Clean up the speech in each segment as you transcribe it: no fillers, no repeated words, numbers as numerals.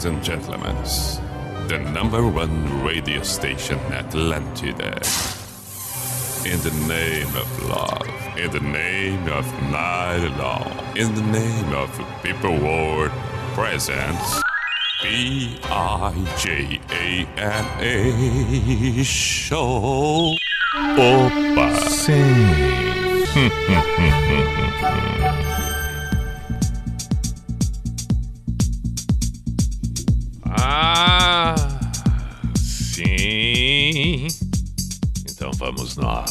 Ladies and gentlemen, the number one radio station, Atlantida. In the name of love, in the name of night long, in the name of people world presents P-I-J-A-M-A Show. Opa! Sim. Sim. Então vamos nós.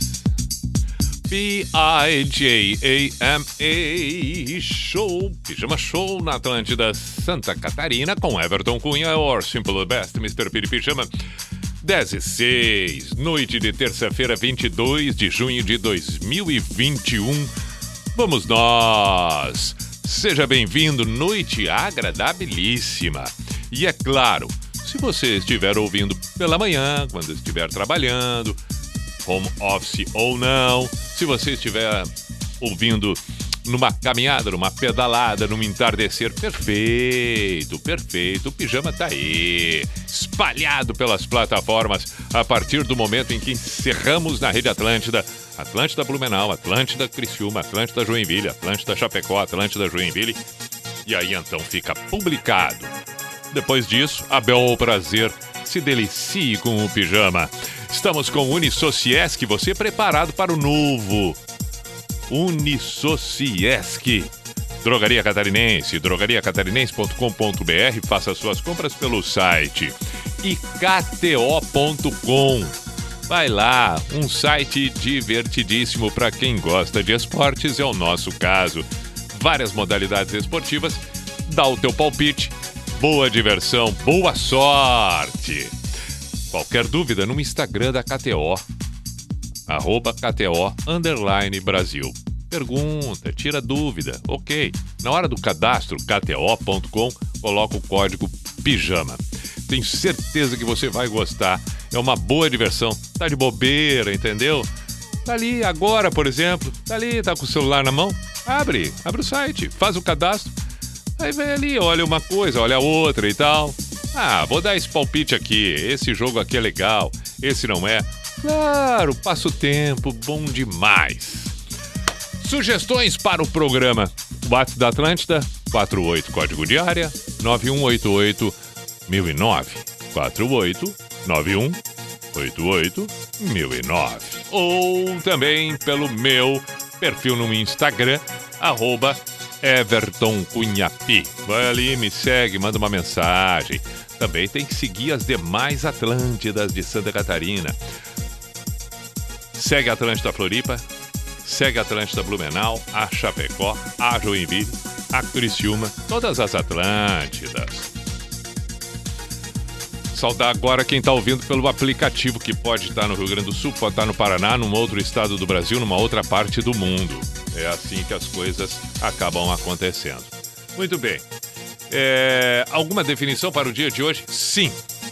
P-I-J-A-M-A Show. Pijama Show na Atlântida Santa Catarina com Everton Cunha, or Simple Best, Mr. Piri Pijama. 10:06, noite de terça-feira, 22 de junho de 2021. Vamos nós! Seja bem-vindo, noite agradabilíssima. E é claro, se você estiver ouvindo pela manhã, quando estiver trabalhando, home office ou não, se você estiver ouvindo numa caminhada, numa pedalada, num entardecer, perfeito, perfeito. O pijama tá aí, espalhado pelas plataformas, a partir do momento em que encerramos na Rede Atlântida, Atlântida Blumenau, Atlântida Criciúma, Atlântida Joinville, Atlântida Chapecó, Atlântida Joinville, e aí então fica publicado. Depois disso, a bel prazer, se delicie com o pijama. Estamos com o Unisociesc, você preparado para o novo Unisociesc. Drogaria Catarinense, drogariacatarinense.com.br, faça suas compras pelo site. E KTO.com. Vai lá, um site divertidíssimo para quem gosta de esportes, é o nosso caso. Várias modalidades esportivas, dá o teu palpite, boa diversão, boa sorte. Qualquer dúvida no Instagram da KTO, @KTO_Brasil. Pergunta, tira dúvida, ok. Na hora do cadastro, KTO.com, coloca o código PIJAMA. Tenho certeza que você vai gostar. É uma boa diversão. Tá de bobeira, entendeu? Tá ali agora, por exemplo. Tá ali, tá com o celular na mão. Abre o site, faz o cadastro. Aí vem ali, olha uma coisa, olha outra e tal. Ah, vou dar esse palpite aqui. Esse jogo aqui é legal, esse não é. Claro, passa o tempo, bom demais. Sugestões para o programa. WhatsApp da Atlântida, 48 código de área, 9188-1009. 48-9188-1009. Ou também pelo meu perfil no Instagram, @EvertonCunhapi. Vai ali, me segue, manda uma mensagem. Também tem que seguir as demais Atlântidas de Santa Catarina. Segue a Atlântida Floripa, segue a Atlântida Blumenau, a Chapecó, a Joinville, a Criciúma, todas as Atlântidas. Saudar agora quem está ouvindo pelo aplicativo, que pode estar no Rio Grande do Sul, pode estar no Paraná, num outro estado do Brasil, numa outra parte do mundo. É assim que as coisas acabam acontecendo. Muito bem. Alguma definição para o dia de hoje? Sim.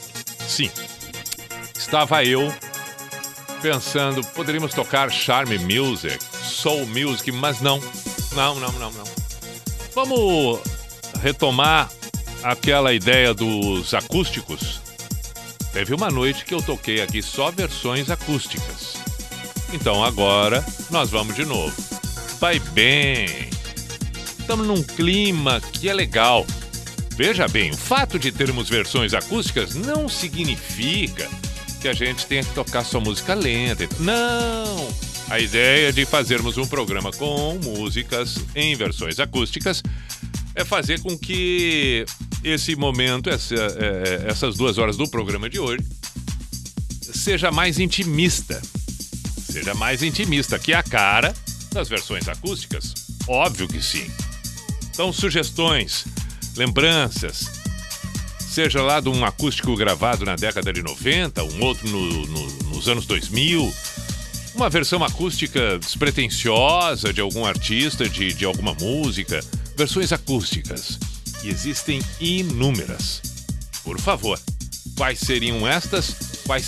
Estava eu pensando, poderíamos tocar Charme Music, Soul Music, mas não. Vamos retomar aquela ideia dos acústicos. Teve uma noite que eu toquei aqui só versões acústicas. Então agora nós vamos de novo. Vai bem. Estamos num clima que é legal. Veja bem, o fato de termos versões acústicas não significa que a gente tenha que tocar só música lenta. Não! A ideia de fazermos um programa com músicas em versões acústicas é fazer com que esse momento, essas 2 horas do programa de hoje, seja mais intimista. Que a cara das versões acústicas. Óbvio que sim. Então, sugestões, lembranças, seja lá de um acústico gravado na década de 90, um outro nos anos 2000, uma versão acústica despretensiosa de algum artista, de alguma música, versões acústicas. E existem inúmeras. Por favor, quais serão estas?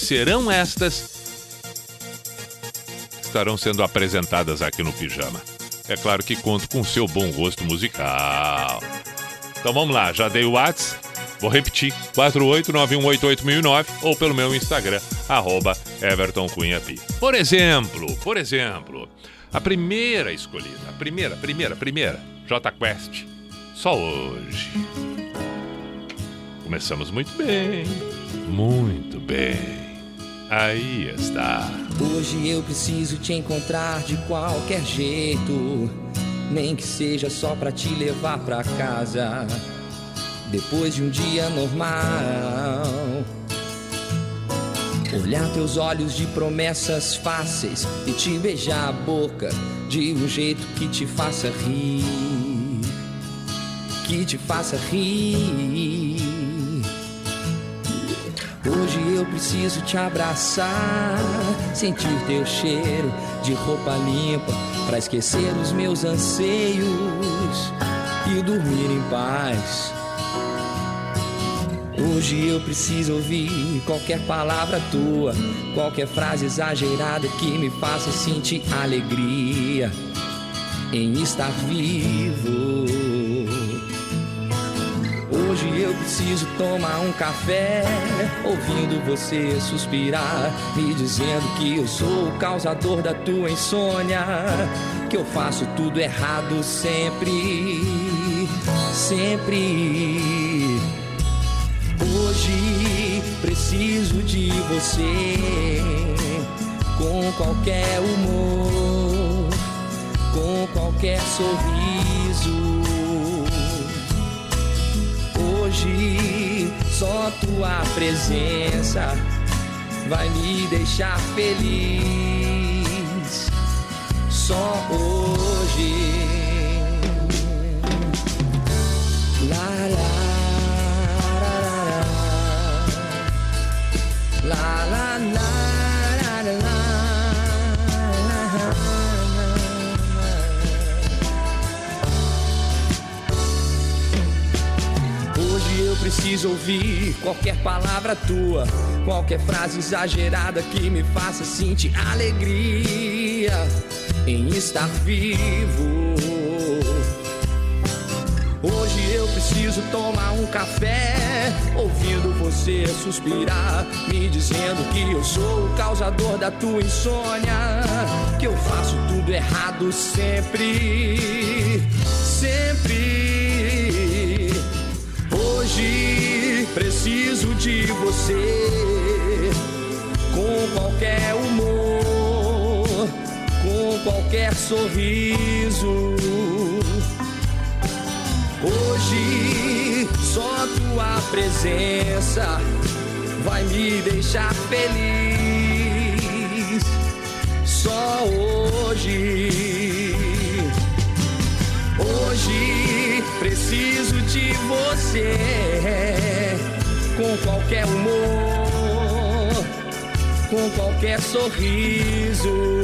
Estarão sendo apresentadas aqui no Pijama. É claro que conto com seu bom gosto musical. Então vamos lá, já dei o WhatsApp. Vou repetir, 489188009 ou pelo meu Instagram, @EvertonCunhaPi. Por exemplo, a primeira escolhida, a primeira, Jota Quest, Só Hoje. Começamos muito bem. Aí está. Hoje eu preciso te encontrar de qualquer jeito, nem que seja só pra te levar pra casa, depois de um dia normal. Olhar teus olhos de promessas fáceis e te beijar a boca de um jeito que te faça rir, que te faça rir. Hoje eu preciso te abraçar, sentir teu cheiro de roupa limpa, pra esquecer os meus anseios e dormir em paz. Hoje eu preciso ouvir qualquer palavra tua, qualquer frase exagerada que me faça sentir alegria em estar vivo. Hoje eu preciso tomar um café, ouvindo você suspirar, me dizendo que eu sou o causador da tua insônia, que eu faço tudo errado sempre. Hoje preciso de você, com qualquer humor, com qualquer sorriso. Hoje só tua presença vai me deixar feliz. Só hoje. La la la la la la la. Hoje eu preciso ouvir qualquer palavra tua, qualquer frase exagerada que me faça sentir alegria em estar vivo. Hoje eu preciso tomar um café, ouvindo você suspirar, me dizendo que eu sou o causador da tua insônia, que eu faço tudo errado sempre. Hoje preciso de você, com qualquer humor, com qualquer sorriso. Hoje só tua presença vai me deixar feliz. Só hoje. Hoje preciso de você, com qualquer humor, com qualquer sorriso.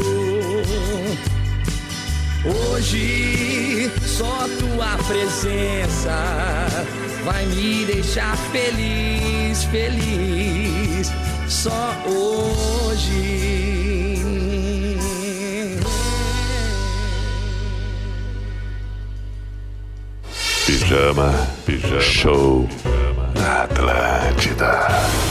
Hoje só tua presença vai me deixar feliz. Só hoje. Pijama Show na Atlântida.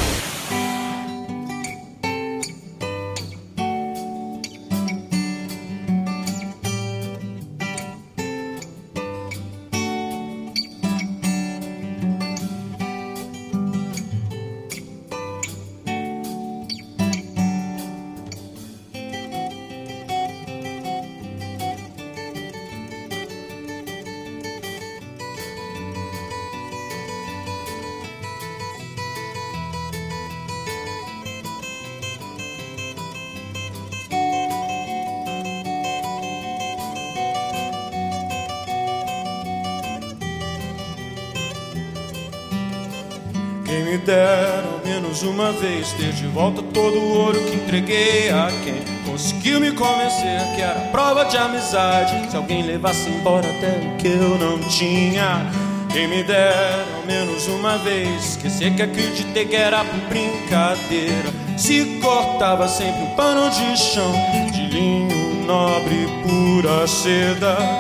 Quem me dera ao menos uma vez ter de volta todo o ouro que entreguei a quem conseguiu me convencer que era prova de amizade, se alguém levasse embora até o que eu não tinha. Quem me dera ao menos uma vez esquecer que acreditei que era por brincadeira, se cortava sempre um pano de chão de linho nobre, pura seda.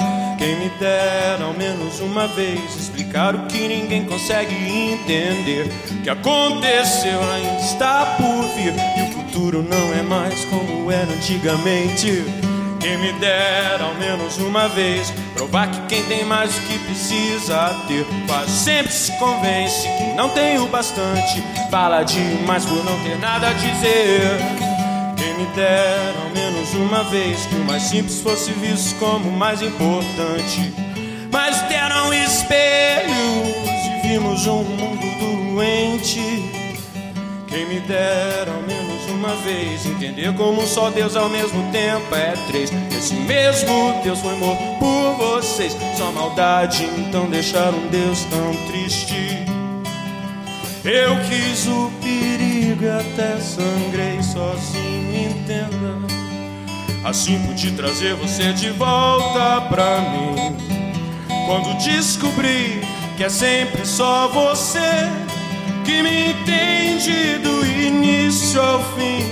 Quem me dera ao menos uma vez explicar o que ninguém consegue entender. O que aconteceu ainda está por vir e o futuro não é mais como era antigamente. Quem me dera ao menos uma vez provar que quem tem mais do que precisa ter quase sempre se convence que não tem o bastante, fala demais por não ter nada a dizer. Quem me dera ao menos uma vez que o mais simples fosse visto como o mais importante. Mas deram espelhos e vimos um mundo doente. Quem me dera ao menos uma vez entender como só Deus ao mesmo tempo é três. Esse mesmo Deus foi morto por vocês. Só maldade então deixar um Deus tão triste. Eu quis o perigo e até sangrei sozinho, entenda. Assim pude trazer você de volta pra mim. Quando descobri que é sempre só você que me entende do início ao fim.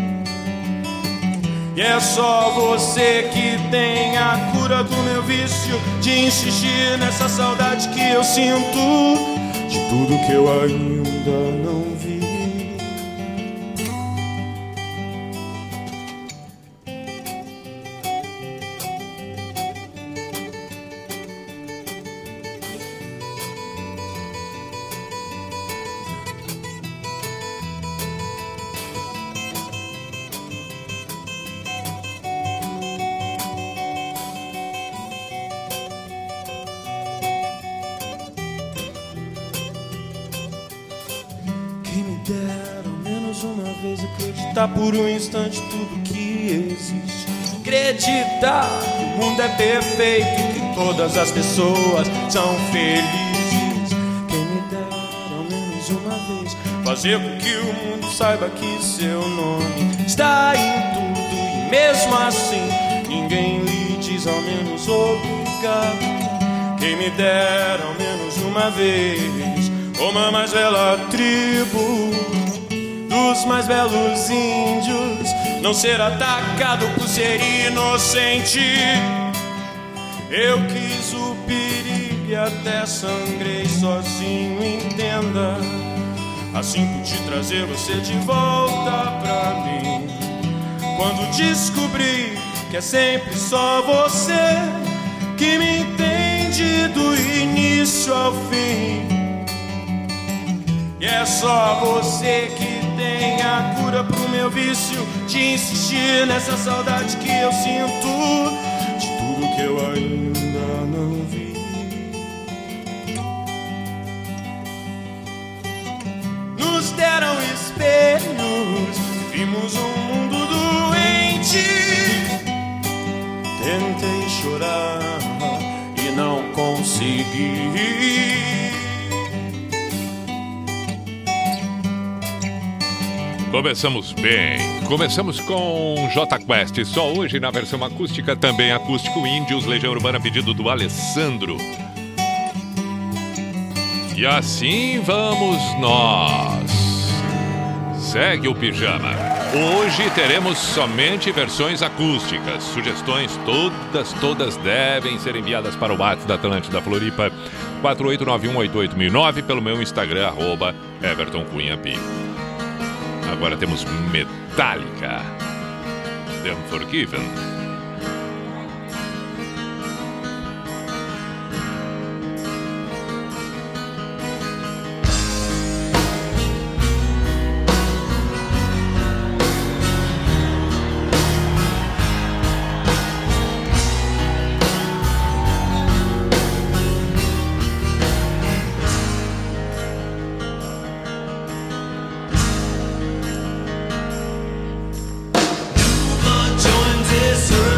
E é só você que tem a cura do meu vício de insistir nessa saudade que eu sinto de tudo que eu ainda não vi. Acreditar por um instante tudo que existe. Acreditar que o mundo é perfeito, que todas as pessoas são felizes. Quem me dera ao menos uma vez fazer com que o mundo saiba que seu nome está em tudo. E mesmo assim ninguém lhe diz ao menos obrigado. Quem me dera ao menos uma vez como a mais bela tribo dos mais belos índios, não ser atacado por ser inocente. Eu quis o perigo e até sangrei sozinho, entenda. Assim pude trazer você de volta pra mim. Quando descobri que é sempre só você que me entende do início ao fim. E é só você que tem a cura pro meu vício de insistir nessa saudade que eu sinto de tudo que eu ainda não vi. Nos deram espelhos, vimos um mundo doente. Tentei chorar e não consegui. Começamos bem, começamos com J Quest, só hoje na versão acústica, também acústico Índios, Legião Urbana, pedido do Alessandro. E assim vamos nós. Segue o Pijama. Hoje teremos somente versões acústicas. Sugestões todas devem ser enviadas para o WhatsApp da Atlântida Floripa 4891881009 pelo meu Instagram, @EvertonCunhaPi. Agora temos Metallica, The Unforgiven. This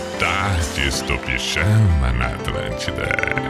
Tardes do Pijama na Atlântida.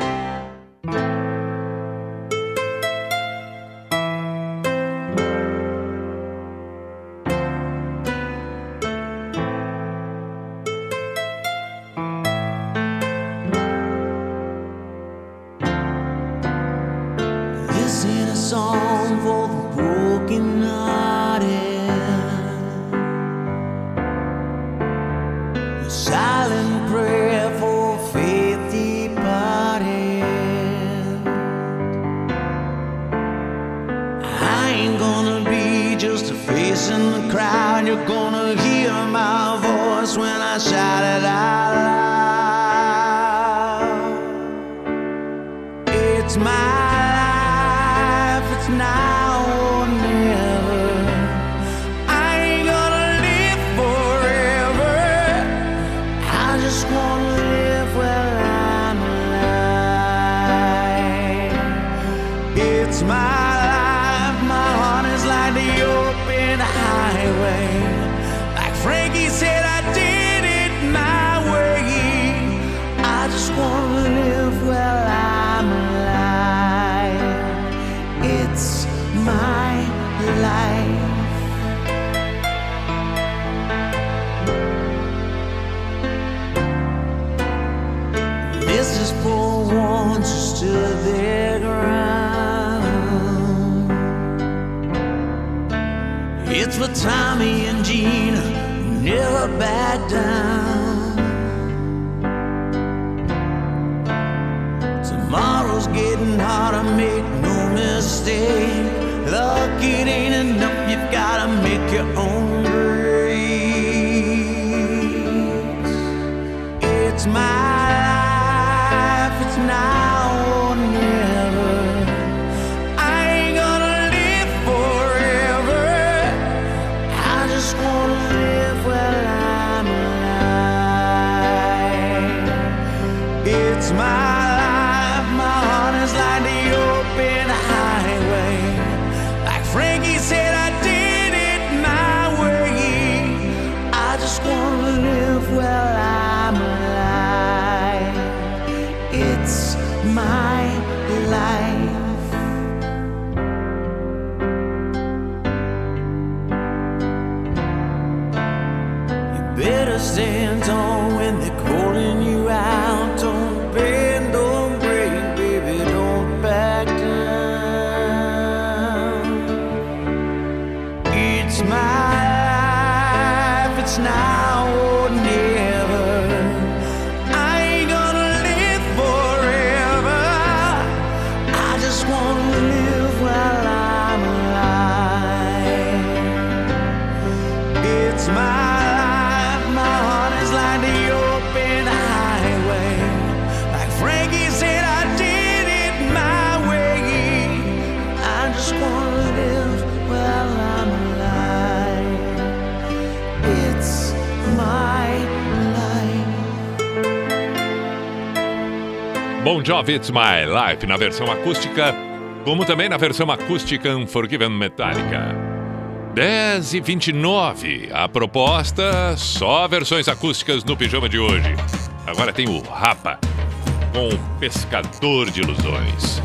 Tommy and Gina never back down. Tomorrow's getting harder, make no mistake. Luck, it ain't enough, you've gotta make your own grace. It's my life, it's now or never. It's my life, my heart is like the open highway. Like Frankie said, I did it my way. I just wanna live well, I'm alive. It's my life. You better stand tall when they're calling you out. Don't bend, don't break, baby, don't back down. It's my life, it's now or never. I ain't gonna live forever. I just wanna live while I'm alive. It's my life, my heart is like the open highway. Frankie said I did it my way. I just wanna live while I'm alive. It's my life. Bon Jovi, It's My Life, na versão acústica, como também na versão acústica Unforgiven Metallica. 10h29, a proposta, só versões acústicas no Pijama de hoje. Agora tem o Rapa com o Pescador de Ilusões.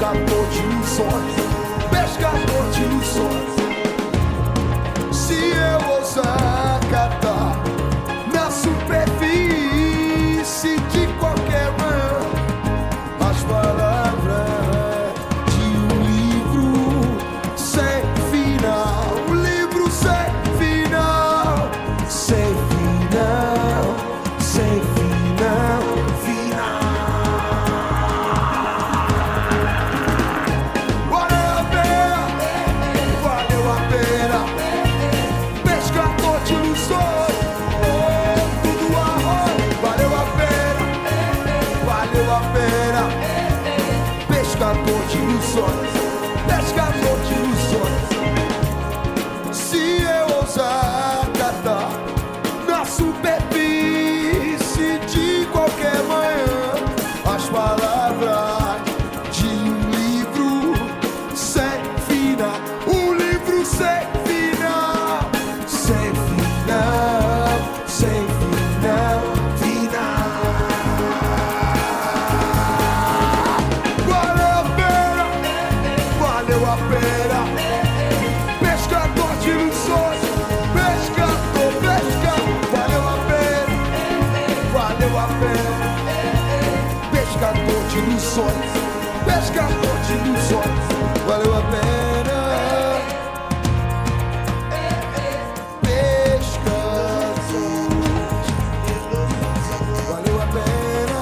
pescador de ilusões, pescador de ilusões. Se eu ousar catar na superfície de qualquer manhã as palavras de um livro sem final, um livro sem final, sem final, sem final, final. Valeu a pena, valeu a pena, pescador de ilusões, tudo arroz. Valeu a pena, valeu a pena, pescador de ilusões, pescador de ilusões. Se eu ousar catar na superfície de qualquer manhã as palavras de um livro sem final, um livro sem final, sem final, sem final, final. Valeu a pena, valeu a pena, pescador de ilusões, pescador, pescador. Valeu a pena, valeu a pena, pescador de ilusões, pescador de ilusões. Valeu a pena, pescador. Valeu a pena,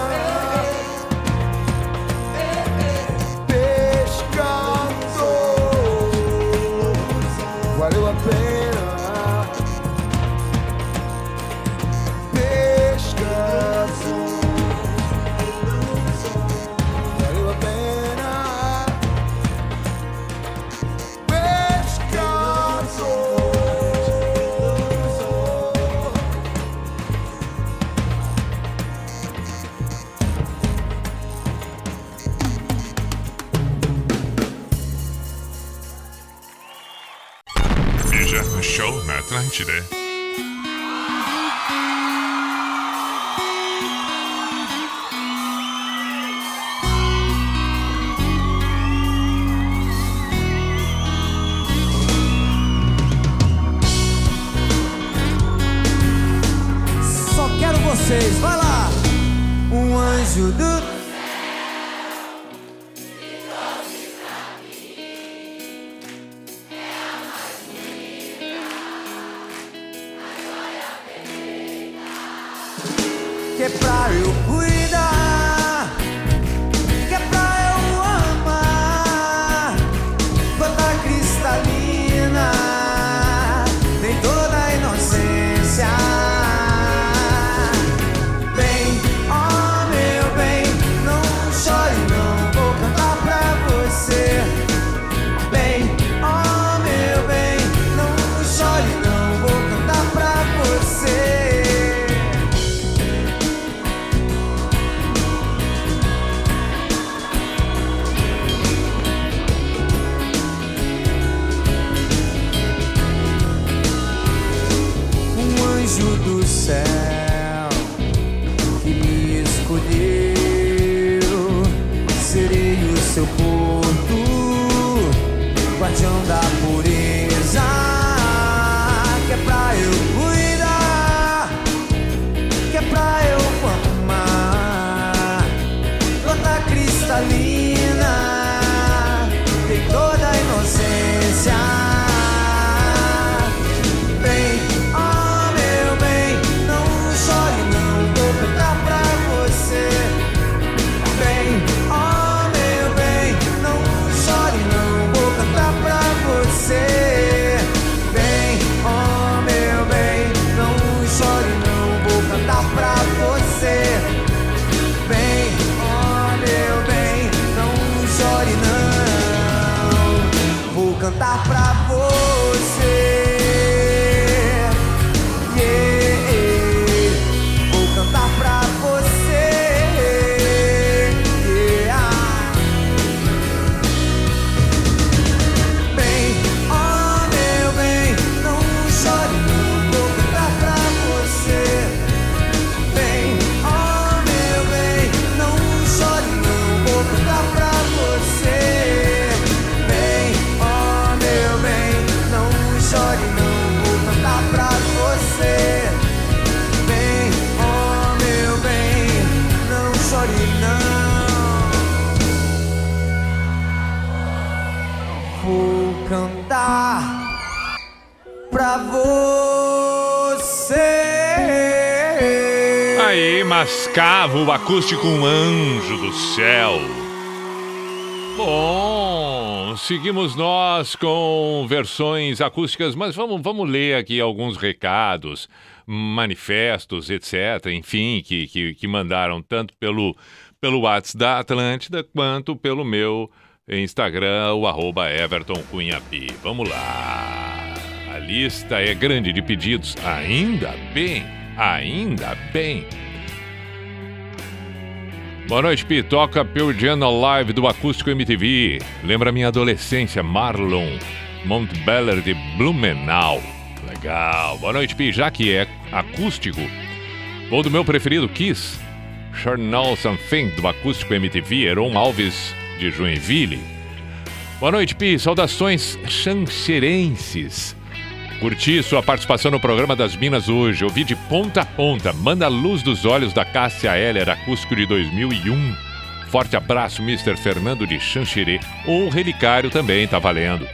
pescador. Valeu a pena, pescador. Valeu a pena, Pijama Show na Atlântida. Só quero vocês, vai lá! Um anjo do... Que é pra eu cuidar, que é pra eu amar, gota cristalina, tem toda a inocência. Bem, oh meu bem, não chore não, vou cantar pra você. Bem, oh meu bem, não chore não, vou cantar pra você. Anjo do céu que me escolheu, serei o seu porto, guardião da pureza, que é pra eu cuidar, que é pra eu amar, gota cristalina, tem toda a inocência. Cantar pra você, yeah. Vou cantar pra você, yeah. Bem, oh meu bem, não chore não, vou cantar pra você. Bem, oh meu bem, não chore não, vou cantar pra você. cantar pra você. Aí, Mascavo, o acústico Um Anjo do Céu. Bom, seguimos nós com versões acústicas, mas vamos ler aqui alguns recados, manifestos, etc. Enfim, que mandaram tanto pelo WhatsApp da Atlântida quanto pelo meu Instagram, o @EvertonCunhaPi. Vamos lá. A lista é grande de pedidos. Ainda bem. Boa noite, Pi. Toca Pearl Jam Live do Acústico MTV. Lembra minha adolescência, Marlon Montbeller de Blumenau. Legal. Boa noite, Pi. Já que é acústico, ou do meu preferido, Kiss, Charnel Something do Acústico MTV, Heron Alves de Joinville. Boa noite, Pi. Saudações xanxerenses. Curti sua participação no programa das Minas hoje. Ouvi de ponta a ponta. Manda a luz dos olhos da Cássia Heller, acústico de 2001. Forte abraço, Mr. Fernando de Xanxerê. Ou Relicário também, tá valendo.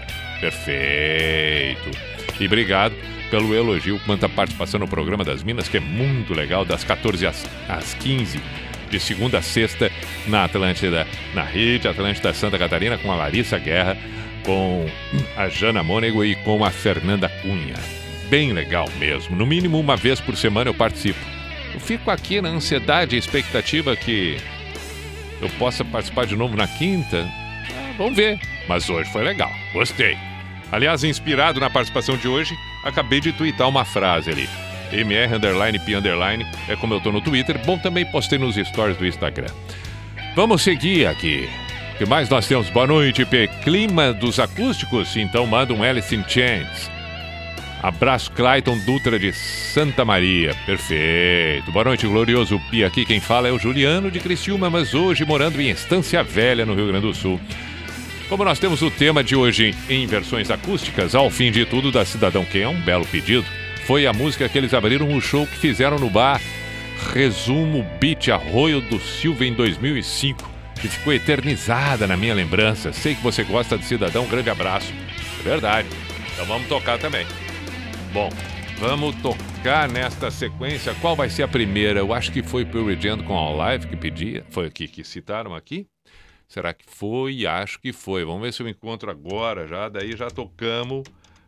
Perfeito. E obrigado pelo elogio quanto à participação no programa das Minas, que é muito legal, das 14 às 15, de segunda a sexta, na Atlântida, na rede Atlântida Santa Catarina, com a Larissa Guerra, com a Jana Mônego e com a Fernanda Cunha. Bem legal mesmo. No mínimo uma vez por semana eu participo. Eu fico aqui na ansiedade e expectativa que eu possa participar de novo na quinta. Vamos ver. Mas hoje foi legal. Gostei. Aliás, inspirado na participação de hoje, acabei de twittar uma frase ali. MR_P_ é como eu tô no Twitter. Bom, também postei nos stories do Instagram. Vamos seguir aqui. O que mais nós temos? Boa noite, P. Clima dos acústicos? Então manda um Alice in Chains. Abraço, Clayton Dutra de Santa Maria. Perfeito. Boa noite, glorioso Pi. Aqui quem fala é o Juliano de Criciúma, mas hoje morando em Estância Velha, no Rio Grande do Sul. Como nós temos o tema de hoje em versões acústicas, ao fim de tudo, da Cidadão Quem é um belo pedido, foi a música que eles abriram o show que fizeram no bar Resumo Beach Arroio do Silva em 2005. Que ficou eternizada na minha lembrança. Sei que você gosta de Cidadão, um grande abraço. É verdade. Então vamos tocar também. Bom, vamos tocar nesta sequência. Qual vai ser a primeira? Eu acho que foi Pearl Jam com All Live que pedia. Foi aqui que citaram aqui? Será que foi? Acho que foi. Vamos ver se eu encontro agora já. Daí já tocamos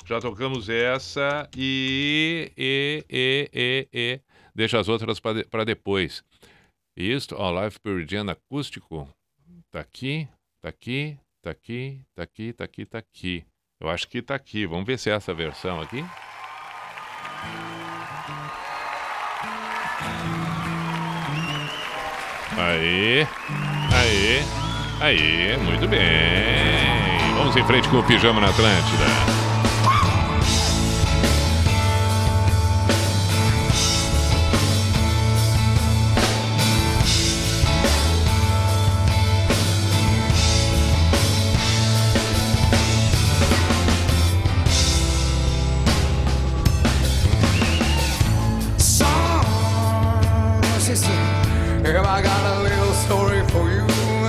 essa e deixa as outras para depois. Isso, All Live Pearl Jam acústico. Tá aqui. Eu acho que tá aqui. Vamos ver se é essa versão aqui. Aê, muito bem. Vamos em frente com o Pijama na Atlântida. Have I got a little story for you?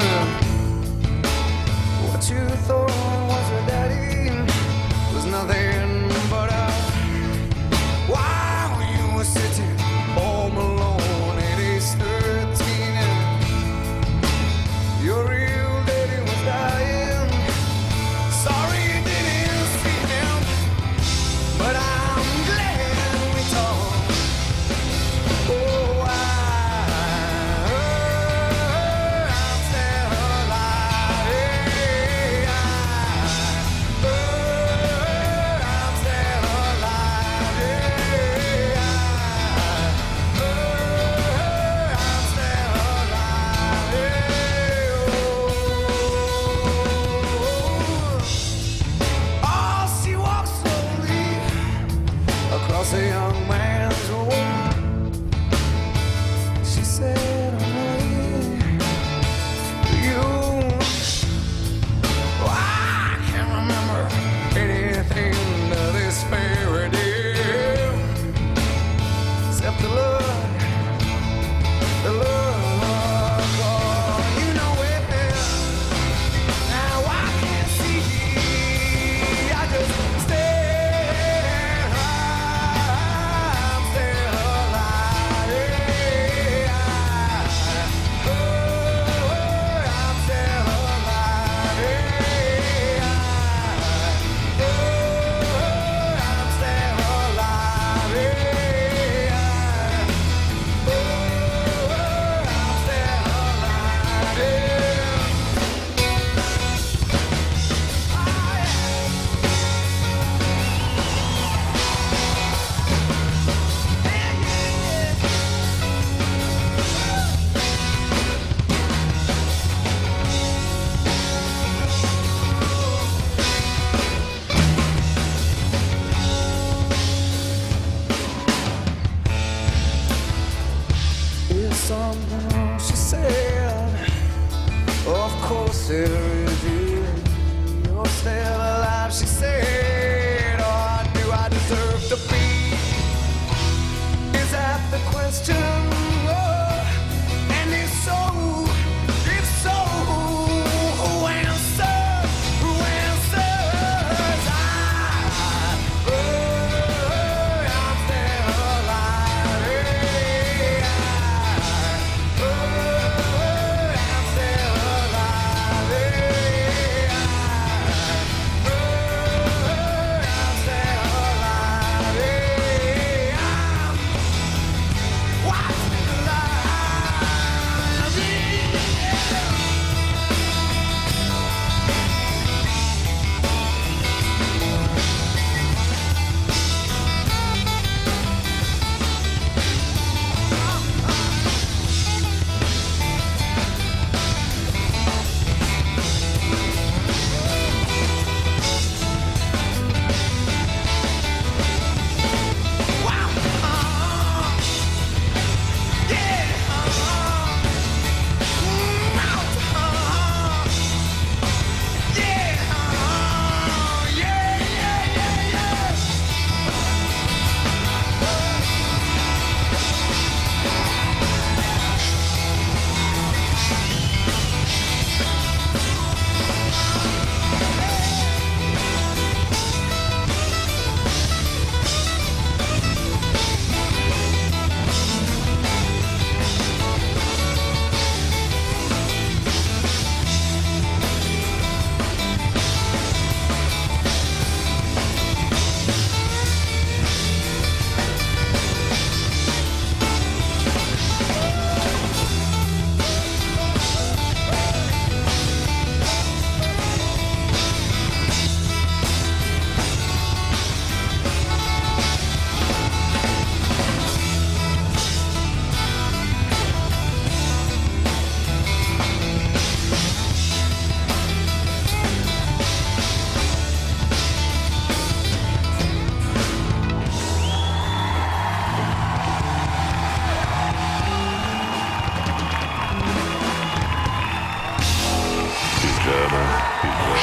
What you thought was your daddy was nothing but a while you were sitting home alone at age 13 and your real daddy was dying. Sorry you didn't see him, but I'm glad we talked. Oh, I'm still alive.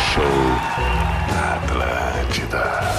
Show na Atlântida.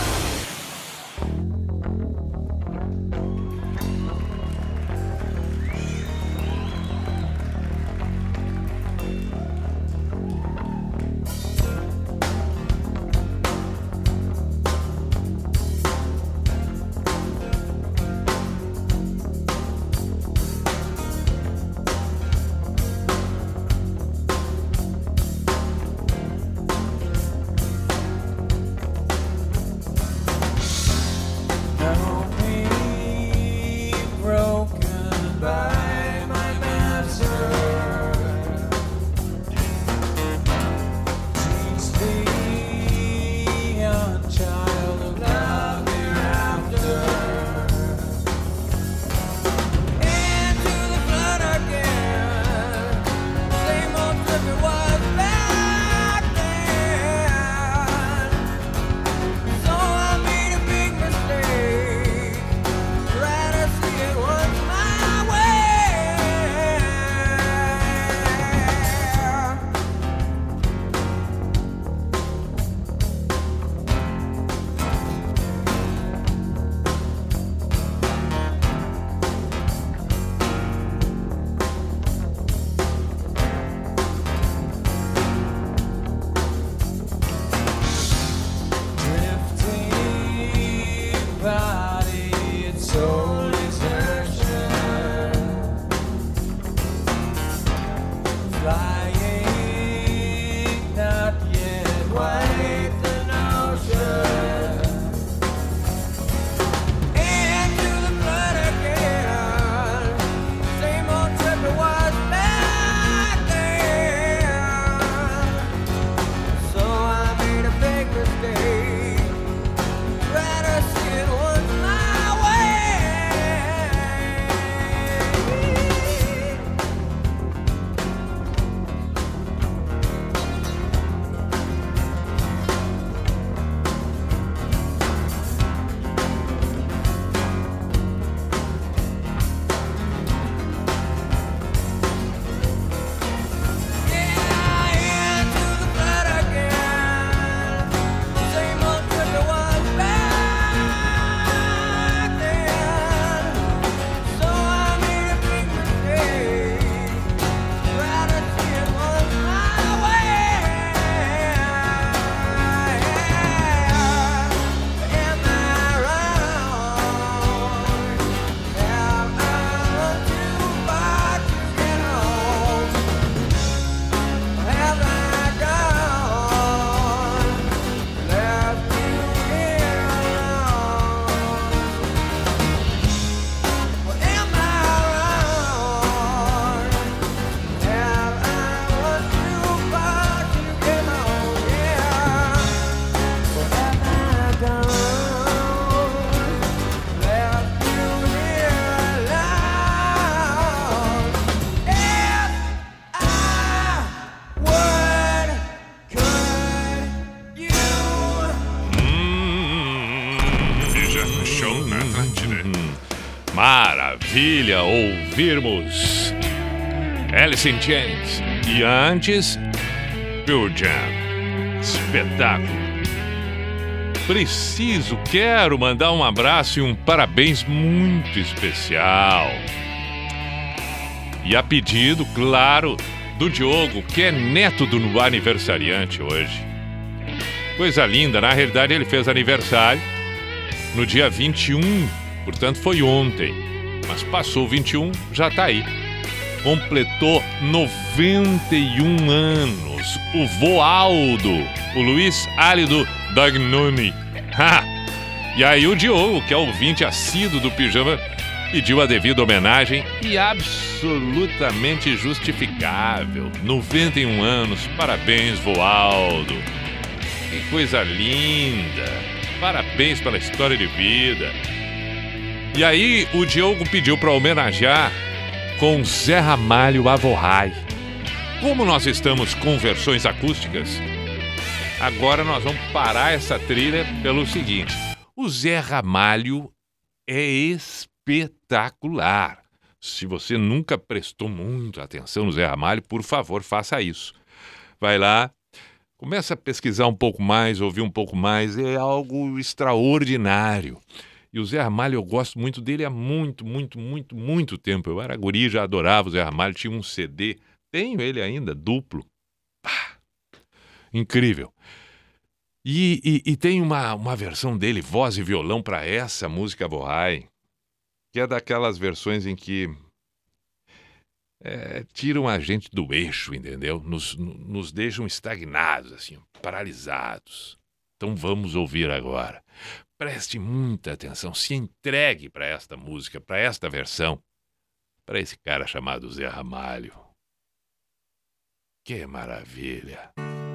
Maravilha ouvirmos Alice in Chains e antes Pearl Jam. Espetáculo. Quero mandar um abraço e um parabéns muito especial. E a pedido, claro, do Diogo, que é neto do aniversariante hoje. Coisa linda, na realidade ele fez aniversário no dia 21, portanto foi ontem. Mas passou 21, já tá aí. Completou 91 anos. O Voaldo, o Luiz Álido Dagnoni. E aí o Diogo, que é ouvinte assíduo do Pijama, pediu a devida homenagem e absolutamente justificável. 91 anos, parabéns, Voaldo. Que coisa linda. Parabéns pela história de vida. E aí o Diogo pediu para homenagear com Zé Ramalho Avorrai. Como nós estamos com versões acústicas, agora nós vamos parar essa trilha pelo seguinte. O Zé Ramalho é espetacular. Se você nunca prestou muita atenção no Zé Ramalho, por favor, faça isso. Vai lá, Começa a pesquisar um pouco mais, ouvir um pouco mais, é algo extraordinário. E o Zé Ramalho, eu gosto muito dele há muito tempo. Eu era guri, já adorava o Zé Ramalho, tinha um CD, tenho ele ainda, duplo. Incrível. E tem uma versão dele, voz e violão, para essa música Vorrai, que é daquelas versões em que tiram a gente do eixo, entendeu? Nos deixam estagnados, assim, paralisados. Então vamos ouvir agora. Preste muita atenção, se entregue para esta música, para esta versão, para esse cara chamado Zé Ramalho. Que maravilha!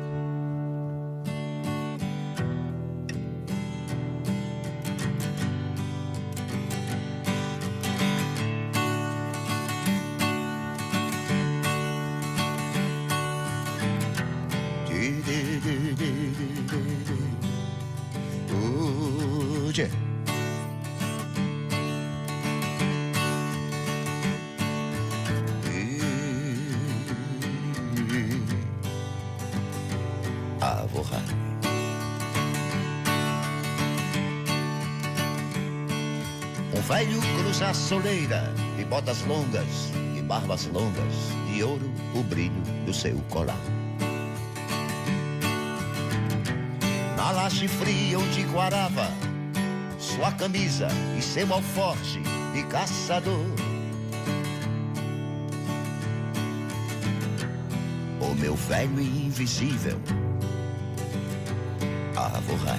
Um velho cruza a soleira de botas longas e barbas longas, de ouro o brilho do seu colar. Na laje fria onde guarava sua camisa e seu alforje de caçador, o meu velho invisível Vorrai.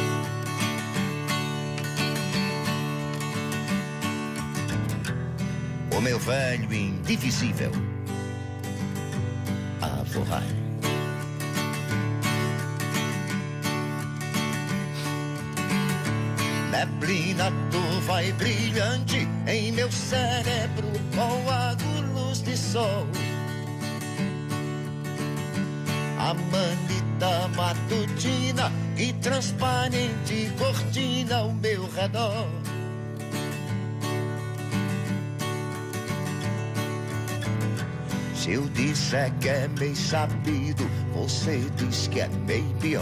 O meu velho indivisível Vorrai. Neblina turva e brilhante em meu cérebro, coágulos de sol. A manita matutina e transparente cortina ao meu redor. Se eu disser que é meio sabido, você diz que é meio pior.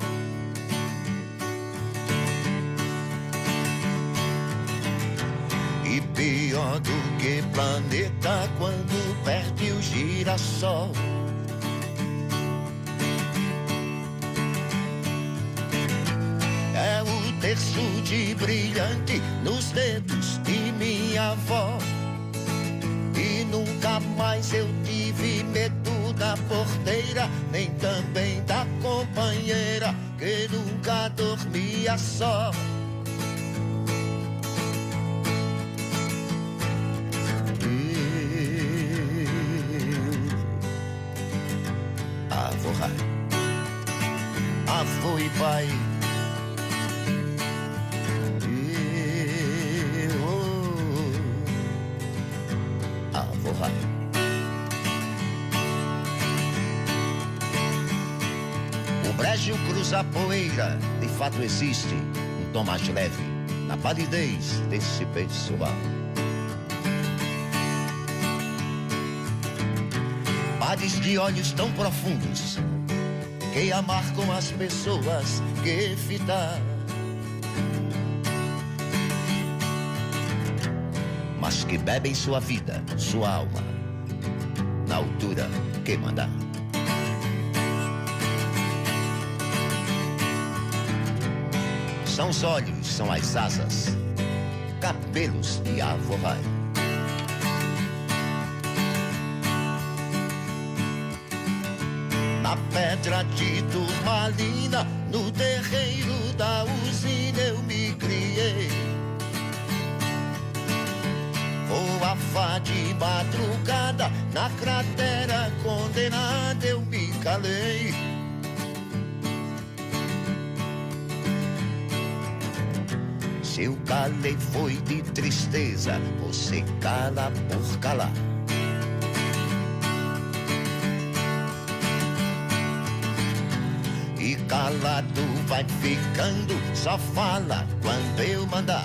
E pior do que planeta quando perde o girassol. É o terço de brilhante nos dedos de minha avó. E nunca mais eu tive medo da porteira, nem também da companheira que nunca dormia só. Vorrai, avô e pai. Vorrai. O brejo cruza a poeira, de fato existe um tom mais leve na palidez desse pessoal. Pares de olhos tão profundos que amargam as pessoas que fitar. Mas que bebem sua vida, sua alma, na altura que mandar. São os olhos, são as asas, cabelos de Vorrai. Na pedra de turmalina, no terreiro da usina eu me criei. Voava de madrugada, na cratera condenada eu me calei. Se eu calei foi de tristeza, você cala por calar. E calado vai ficando, só fala quando eu mandar.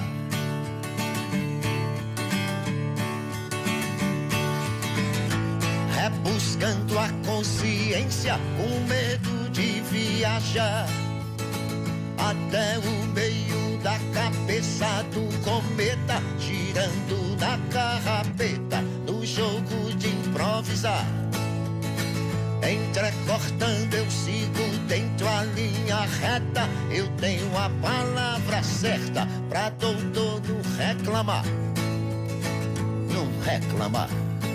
Rebuscando a consciência, com medo de viajar até o meio da cabeça do cometa, girando na carrapeta, no jogo de improvisar. Entrecortando eu sigo dentro a linha reta, eu tenho a palavra certa pra doutor não reclamar. Não reclamar.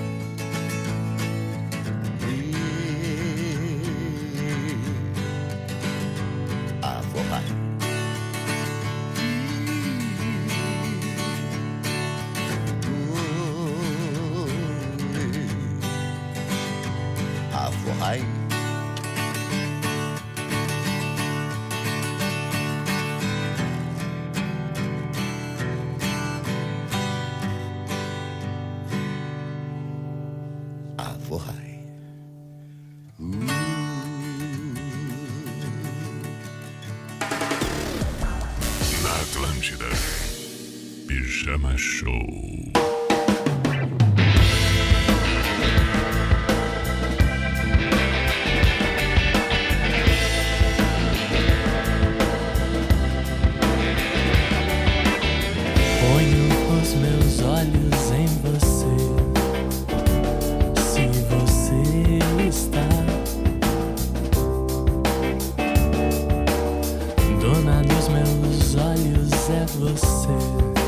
Ai. Avoai. Na Atlântida, Pijama Show. Meus olhos em você, se você está, dona dos meus olhos é você,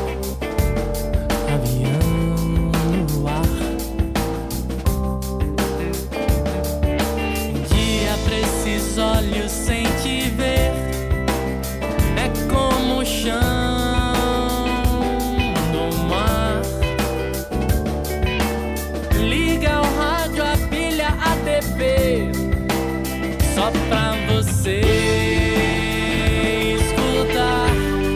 avião no ar. Guia pra esses olhos sem te ver, é como o chão. Só pra você escutar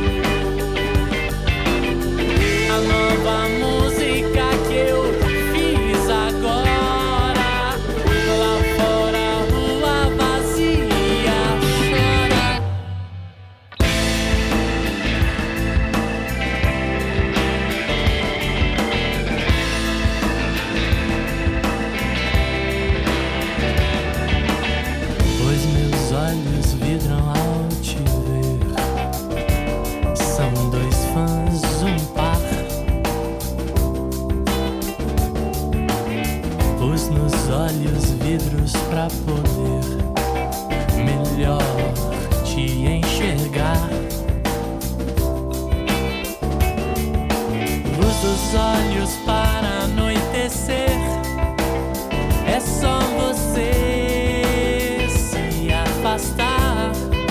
a nova música que eu fiz agora. Lá fora a rua vazia chora. Olhos vidram ao te ver, são dois fãs, um par. Pus nos olhos vidros pra poder melhor te enxergar. Luz dos olhos para anoitecer, é só você afastar.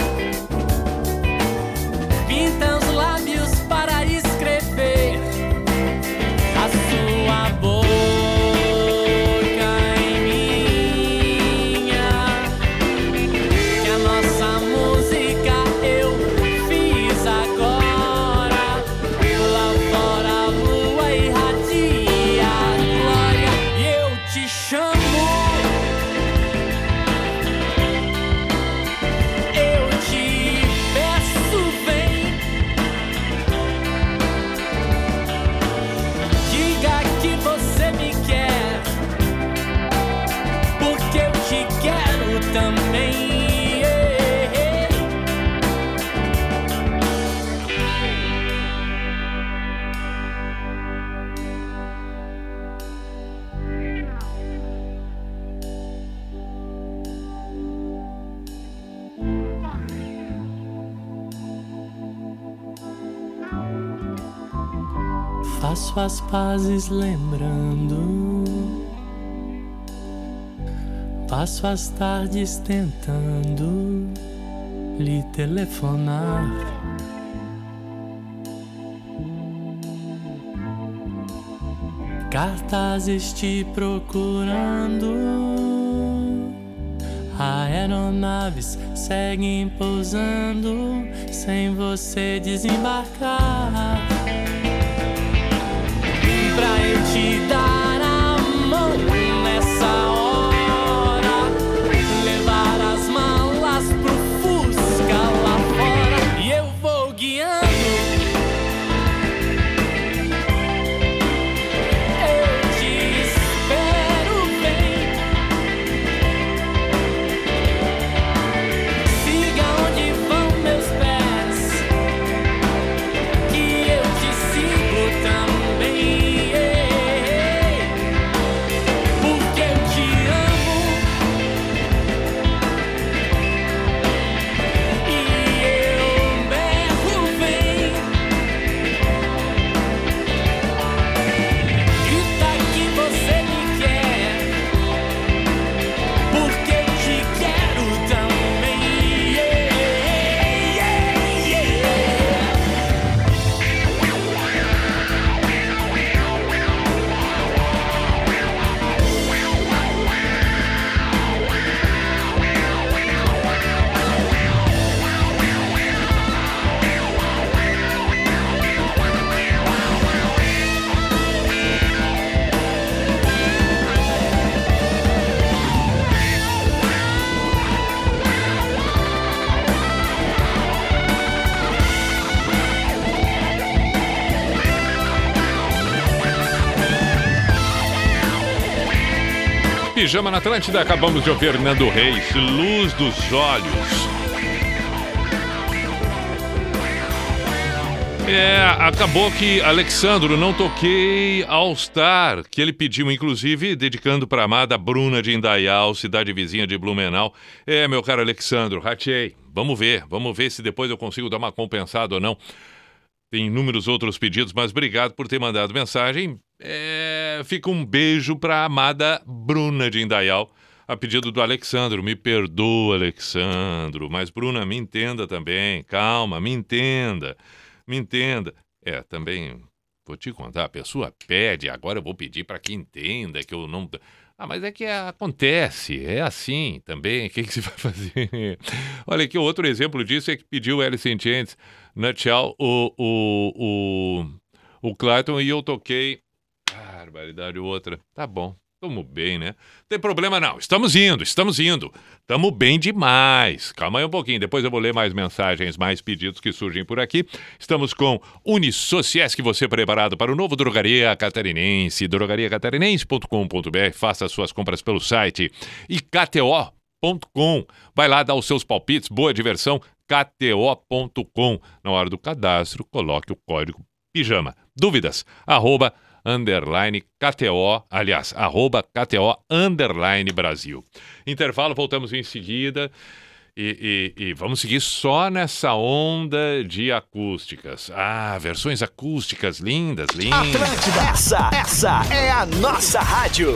Pinta os lábios para escrever a sua boca em minha, que a nossa música eu fiz agora. Lá fora a lua irradia a glória e eu te chamo. Também faço as pazes lembrando, passo as tardes tentando lhe telefonar. Cartazes te procurando, aeronaves seguem pousando sem você desembarcar. Pra eu te dar a mão nessa hora, levar as malas pro Fusca lá fora, e eu vou guiando. Eu te espero bem. Pijama na Atlântida. Acabamos de ouvir Fernando Reis, Luz dos Olhos. Acabou que Alexandro, não toquei All Star, que ele pediu, inclusive, dedicando para a amada Bruna de Indaial, cidade vizinha de Blumenau. Meu caro Alexandro, ratei. Vamos ver se depois eu consigo dar uma compensada ou não. Tem inúmeros outros pedidos, mas obrigado por ter mandado mensagem. Fica um beijo para a amada Bruna de Indaial, a pedido do Alexandro. Me perdoa, Alexandro, mas Bruna, me entenda também. Calma, me entenda. Também vou te contar, a pessoa pede, agora eu vou pedir para que entenda que eu não... mas é que acontece, é assim também, o que você vai fazer? Olha aqui, outro exemplo disso é que pediu Alice in Chains, Nutshell, o Clayton, e eu toquei... barbaridade, outra. Tá bom, tamo bem, né? Não tem problema não, estamos indo. Tamo bem demais. Calma aí um pouquinho, depois eu vou ler mais mensagens, mais pedidos que surgem por aqui. Estamos com Unisociesc, você preparado para o novo Drogaria Catarinense, drogariacatarinense.com.br. Faça suas compras pelo site e KTO.com. Vai lá dar os seus palpites, boa diversão, KTO.com. Na hora do cadastro, coloque o código PIJAMA. Dúvidas? @KTO, aliás, @KTO_Brasil. Intervalo, voltamos em seguida e vamos seguir só nessa onda de acústicas. Versões acústicas lindas. Atlântida, essa é a nossa rádio.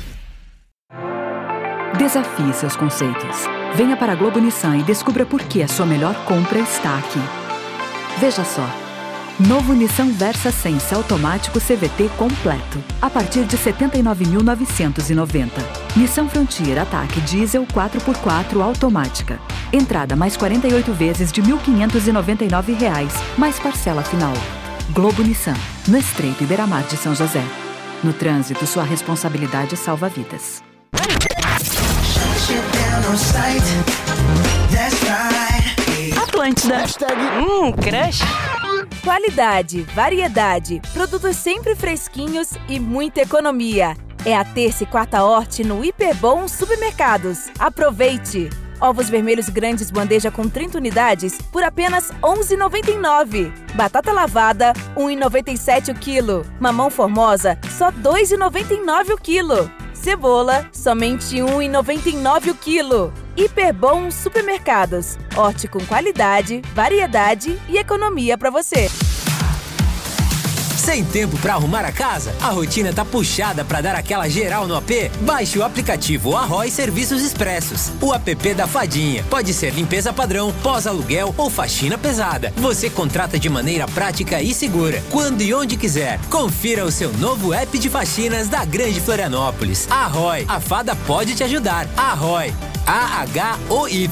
Desafie seus conceitos. Venha para a Globo Nissan e descubra por que a sua melhor compra está aqui. Veja só. Novo Nissan Versa Sense automático CVT completo, a partir de R$ 79.990. Nissan Frontier Attack Diesel 4x4 automática. Entrada mais 48 vezes de R$ 1.599, mais parcela final. Globo Nissan, no Estreito Iberamar de São José. No trânsito, sua responsabilidade salva vidas. Atlântida. Crush. Qualidade, variedade, produtos sempre fresquinhos e muita economia. É a terça e quarta horte no Hiperbom Supermercados. Aproveite! Ovos vermelhos grandes bandeja com 30 unidades por apenas R$ 11,99. Batata lavada, R$ 1,97 o quilo. Mamão formosa, só R$ 2,99 o quilo. Cebola, somente R$ 1,99 o quilo. Hiperbom Supermercados. Horte com qualidade, variedade e economia para você. Sem tempo pra arrumar a casa? A rotina tá puxada pra dar aquela geral no AP? Baixe o aplicativo Arroy Serviços Expressos. O app da Fadinha. Pode ser limpeza padrão, pós-aluguel ou faxina pesada. Você contrata de maneira prática e segura, quando e onde quiser. Confira o seu novo app de faxinas da Grande Florianópolis. Arroy, a fada pode te ajudar. Arroy, AHOY.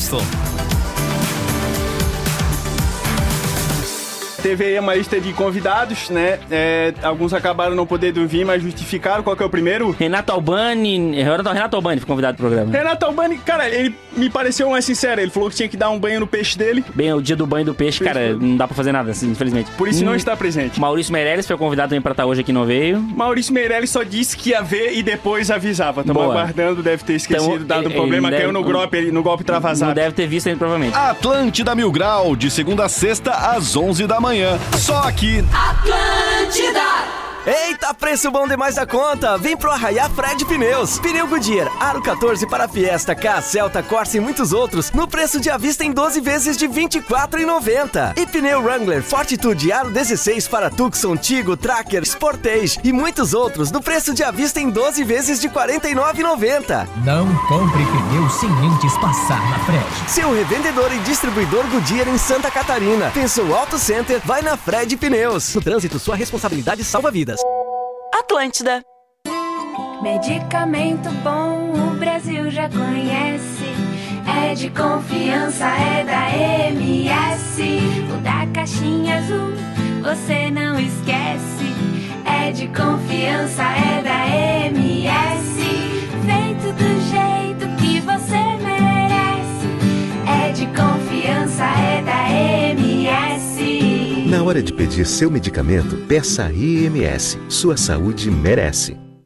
Teve aí uma lista de convidados, né? Alguns acabaram não podendo vir, mas justificaram. Qual que é o primeiro? Renato Albani foi convidado pro programa. Renato Albani, cara, ele me pareceu mais sincero. Ele falou que tinha que dar um banho no peixe dele. Bem, o dia do banho do peixe, cara, não dá pra fazer nada, assim, infelizmente. Por isso não está presente. Maurício Meirelles foi convidado também pra estar hoje aqui, não veio. Maurício Meirelles só disse que ia ver e depois avisava. Estamos aguardando, deve ter esquecido, dado um problema, caiu no golpe travasado. Não deve ter visto ainda, provavelmente. Atlântida Mil Grau, de segunda a sexta, às 11 da manhã. Só aqui. Atlântida! Eita, preço bom demais da conta! Vem pro Arraiá Fred Pneus. Pneu Goodyear, Aro 14 para Fiesta, K, Celta, Corsa e muitos outros, no preço de à vista em 12 vezes de R$ 24,90. E pneu Wrangler, Fortitude, Aro 16 para Tucson, Tigo, Tracker, Sportage e muitos outros, no preço de à vista em 12 vezes de R$ 49,90. Não compre pneu sem antes passar na Fred. Seu revendedor e distribuidor Goodyear em Santa Catarina. Pensou Auto Center, vai na Fred Pneus. No trânsito, sua responsabilidade salva vidas. Atlântida. Medicamento bom, o Brasil já conhece. É de confiança, é da MS. O da caixinha azul, você não esquece. É de confiança, é da MS. Feito do jeito que você merece. É de confiança, é da MS. Na hora de pedir seu medicamento, peça IMS. Sua saúde merece.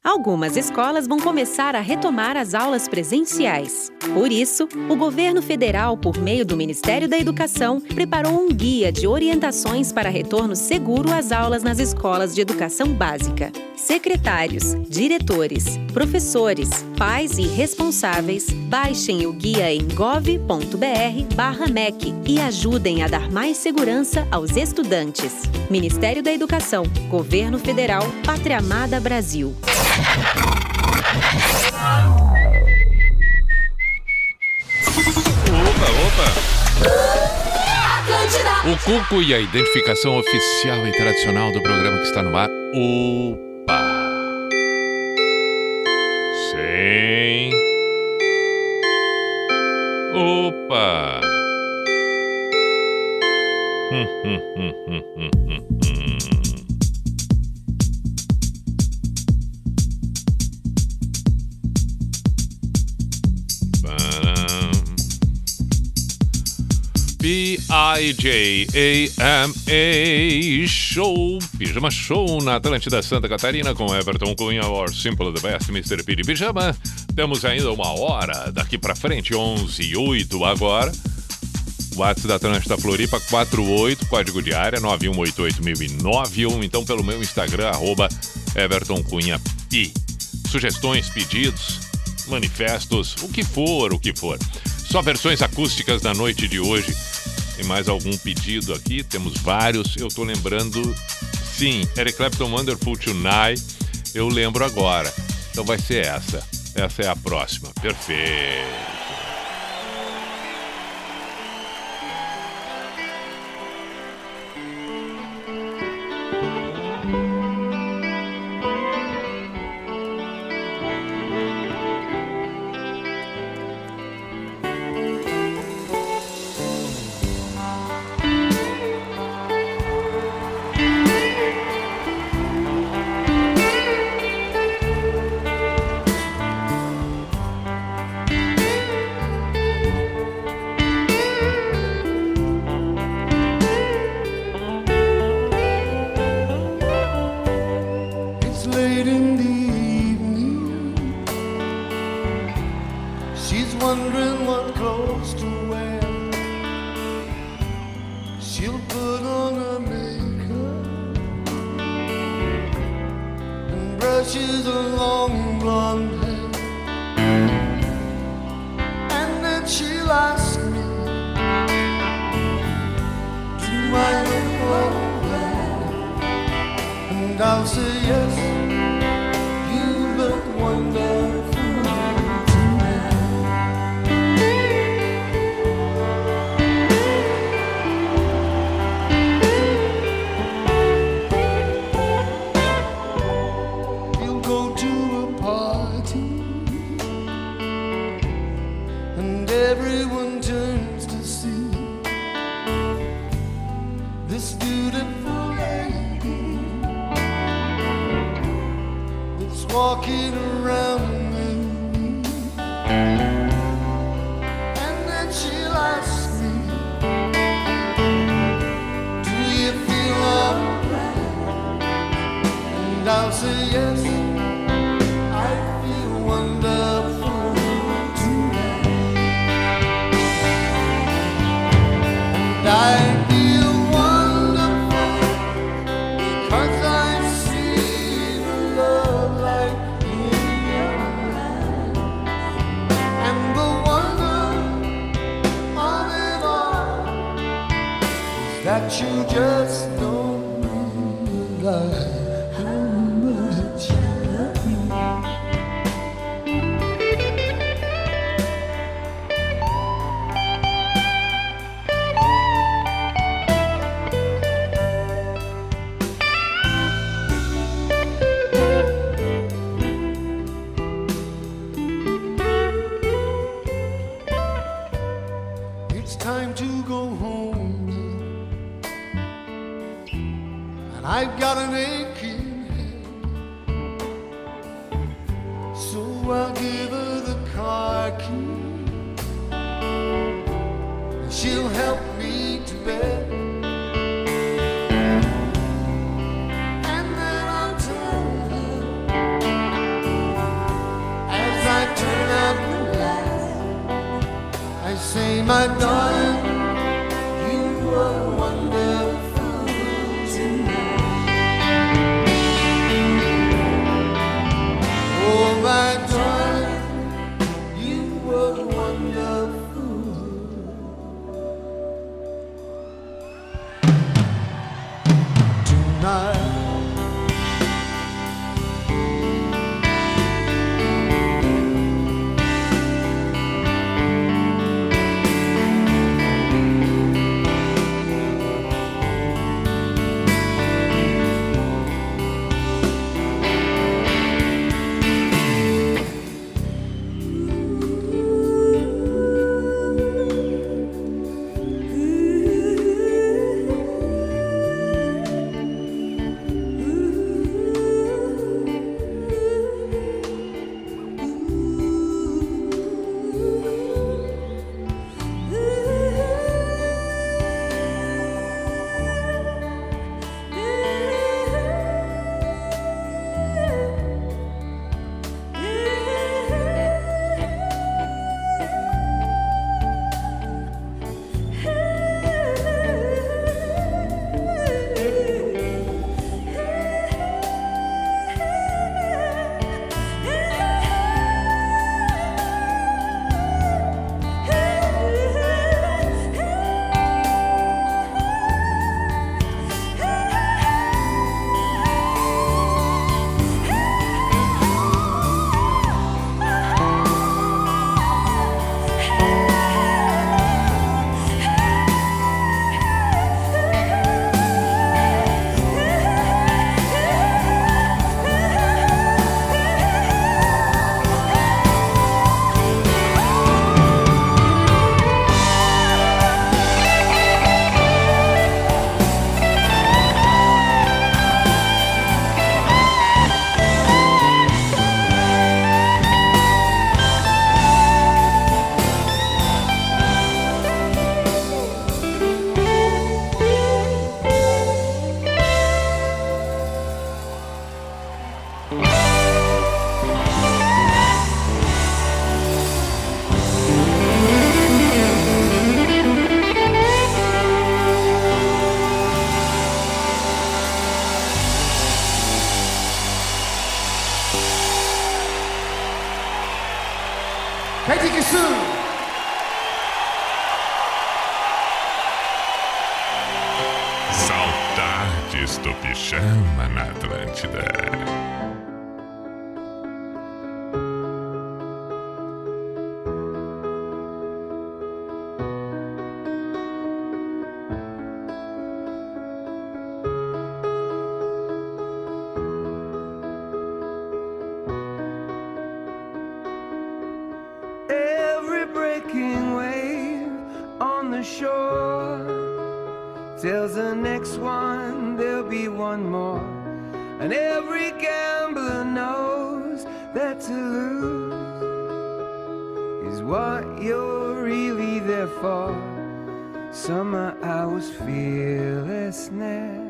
Algumas escolas vão começar a retomar as aulas presenciais. Por isso, o governo federal, por meio do Ministério da Educação, preparou um guia de orientações para retorno seguro às aulas nas escolas de educação básica. Secretários, diretores, professores, pais e responsáveis, baixem o guia em gov.br/MEC e ajudem a dar mais segurança aos estudantes. Ministério da Educação, Governo Federal, Pátria Amada Brasil. Opa! O cuco e a identificação oficial e tradicional do programa que está no ar. Opa! Sim. Opa! P-I-J-A-M-A Show, Pijama Show na Atlântida Santa Catarina com Everton Cunha, or Simple the Best, Mr. P de Pijama. Temos ainda uma hora daqui pra frente, 11h08 agora. WhatsApp da Atlântida Floripa 48, código de área 9188091. Então pelo meu Instagram, @EvertonCunhaP. Sugestões, pedidos, manifestos, o que for. Só versões acústicas da noite de hoje. Tem mais algum pedido aqui? Temos vários. Eu tô lembrando. Sim, Eric Clapton, Wonderful Tonight. Eu lembro agora. Então vai ser essa. Essa é a próxima. Perfeito. my darling, you were wonderful tonight. Oh, my darling, you were wonderful tonight. Saudades do Pijama na Atlântida. Every breaking wave on the shore tells the next one there'll be one more. And every gambler knows that to lose is what you're really there for. Summer hours fearlessness.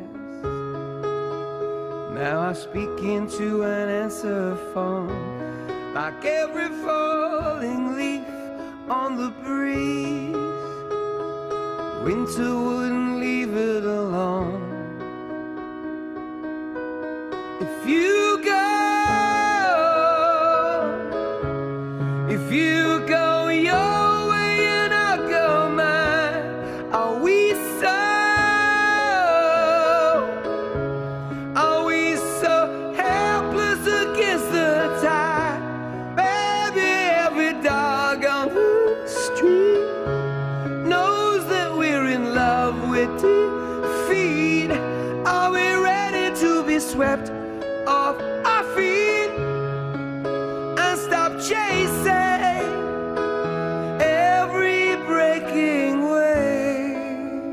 Now I speak into an answer phone, like every falling leaf on the breeze. Winter wouldn't leave it alone. If you go your way and I'll go mine. Are we so helpless against the tide? Baby, every dog on the street knows that we're in love with defeat. Are we ready to be swept off our feet and stop chasing every breaking wave?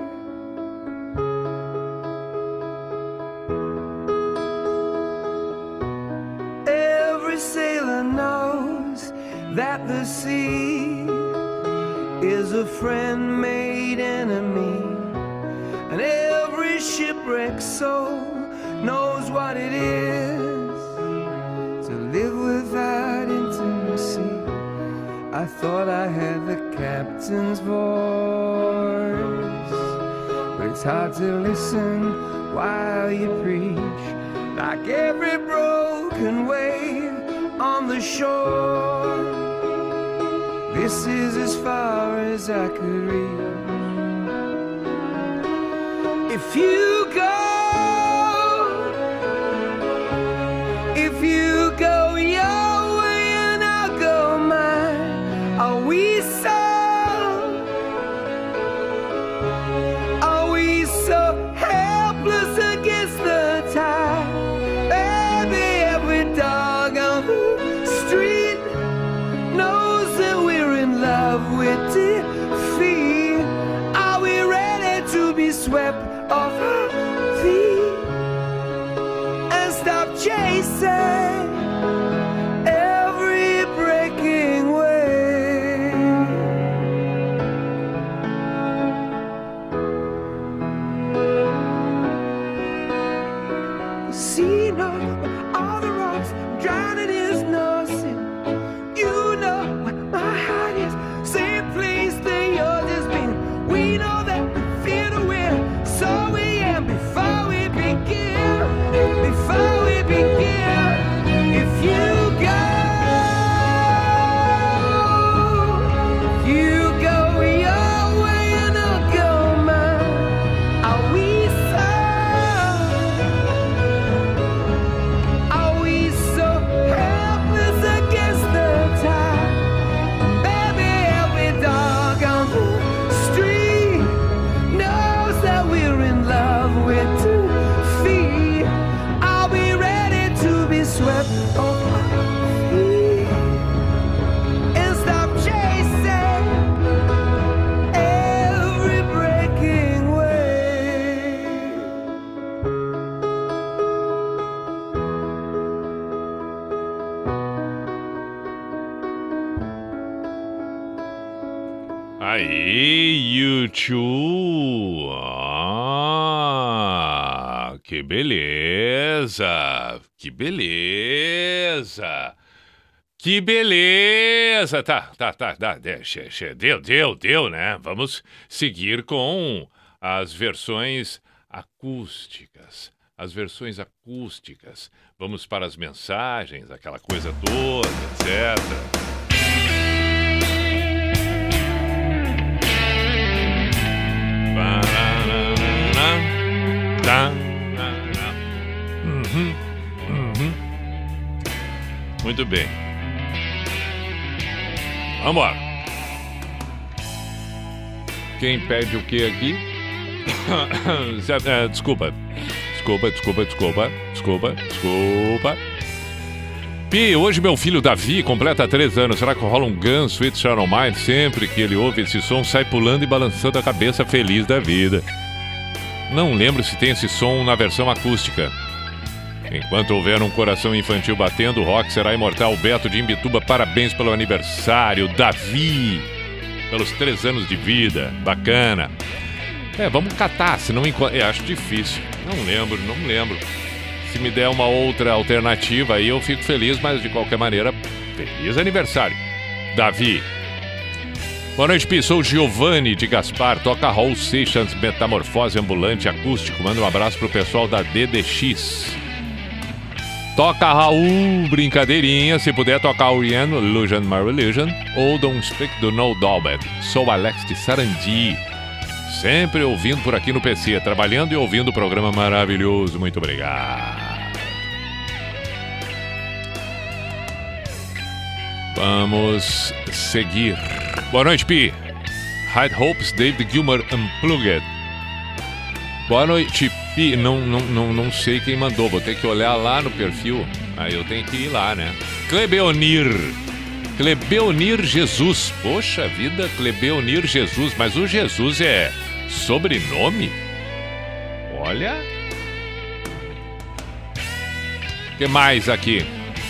Every sailor knows that the sea is a friend made enemy, and every shipwrecked soul knows what it is to live without intimacy. I thought I had the captain's voice, but it's hard to listen while you preach, like every broken wave on the shore. This is as far as I could reach. If you go your way and I'll go mine, are we so helpless against the tide? Baby, every dog on the street knows that we're in love with defeat. Are we ready to be swept off our feet and stop chasing every breaking wave? The sea knows all the rocks drowning is nothing. You know where my heart is, same place that yours has been. We know that we fear to win, so we am before we begin. Before we begin, if you go your way and I'll go mine. Are we so helpless against the tide? Baby, every dog on the street knows that we're in love with defeat. Are we ready to be swept off our feet and stop chasing every breaking wave? Aí, YouTube! Ah, que beleza! Que beleza! Que beleza! Tá. Deu, né? Vamos seguir com as versões acústicas. Vamos para as mensagens, aquela coisa toda, etc. Muito bem. Vambora. Quem pede o que aqui? Desculpa. Pi, hoje meu filho Davi completa 3 anos. Será que rola um Guns, Sweet Child O' Mine? Sempre que ele ouve esse som, sai pulando e balançando a cabeça feliz da vida. Não lembro se tem esse som na versão acústica. Enquanto houver um coração infantil batendo, o rock será imortal. Beto de Imbituba, parabéns pelo aniversário. Davi, pelos 3 anos de vida. Bacana. Vamos catar, se não encontro. Acho difícil. Não lembro. Se me der uma outra alternativa aí eu fico feliz, mas de qualquer maneira, feliz aniversário. Davi. Boa noite, Pi. Sou o Giovanni de Gaspar. Toca Raul Seixas, Metamorfose Ambulante Acústico. Manda um abraço pro pessoal da DDX. Toca Raul, brincadeirinha. Se puder tocar o Rihanna, Illusion My Religion, ou Don't Speak do No Dalbert. Sou Alex de Sarandi. Sempre ouvindo por aqui no PC, trabalhando e ouvindo o programa maravilhoso. Muito obrigado. Vamos seguir. Boa noite, Pi. High Hopes, David Gilmour Unplugged. Boa noite, Pi. Não sei quem mandou. Vou ter que olhar lá no perfil. Aí eu tenho que ir lá, né? Clebeonir Jesus. Poxa vida, Clebeonir Jesus. Mas o Jesus é sobrenome? Olha. O que mais aqui?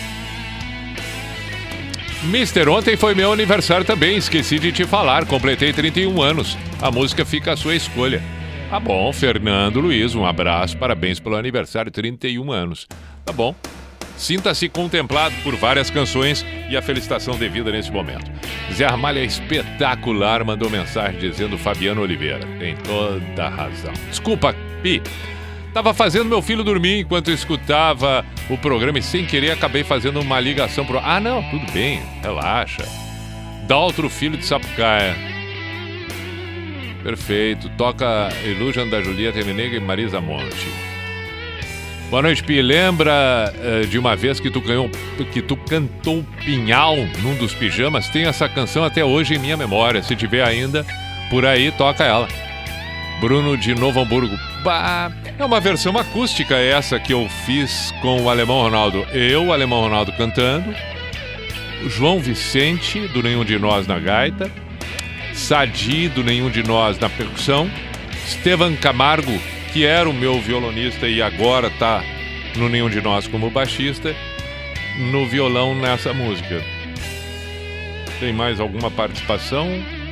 Mister, ontem foi meu aniversário também. Esqueci de te falar. Completei 31 anos. A música fica à sua escolha. Tá bom, Fernando Luiz, um abraço. Parabéns pelo aniversário, 31 anos. Tá bom. Sinta-se contemplado por várias canções e a felicitação devida nesse momento. Zé Ramalho é espetacular, mandou mensagem dizendo Fabiano Oliveira. Tem toda a razão. Desculpa, Pi. Tava fazendo meu filho dormir enquanto eu escutava o programa e sem querer acabei fazendo uma ligação pro... Ah, não, tudo bem, relaxa. Daltro Filho de Sapucaia. Perfeito. Toca Illusion da Julieta Menega e Marisa Monte. Boa noite, Pi. Lembra de uma vez que tu cantou Pinhal num dos pijamas? Tem essa canção até hoje em minha memória. Se tiver ainda por aí, toca ela. Bruno de Novo Hamburgo. Bah, é uma versão acústica essa que eu fiz com o Alemão Ronaldo. Eu, o Alemão Ronaldo cantando, o João Vicente, do Nenhum de Nós na gaita, Sadi, do Nenhum de Nós na percussão, Estevan Camargo, que era o meu violonista e agora tá no Nenhum de Nós como baixista, no violão nessa música. Tem mais alguma participação?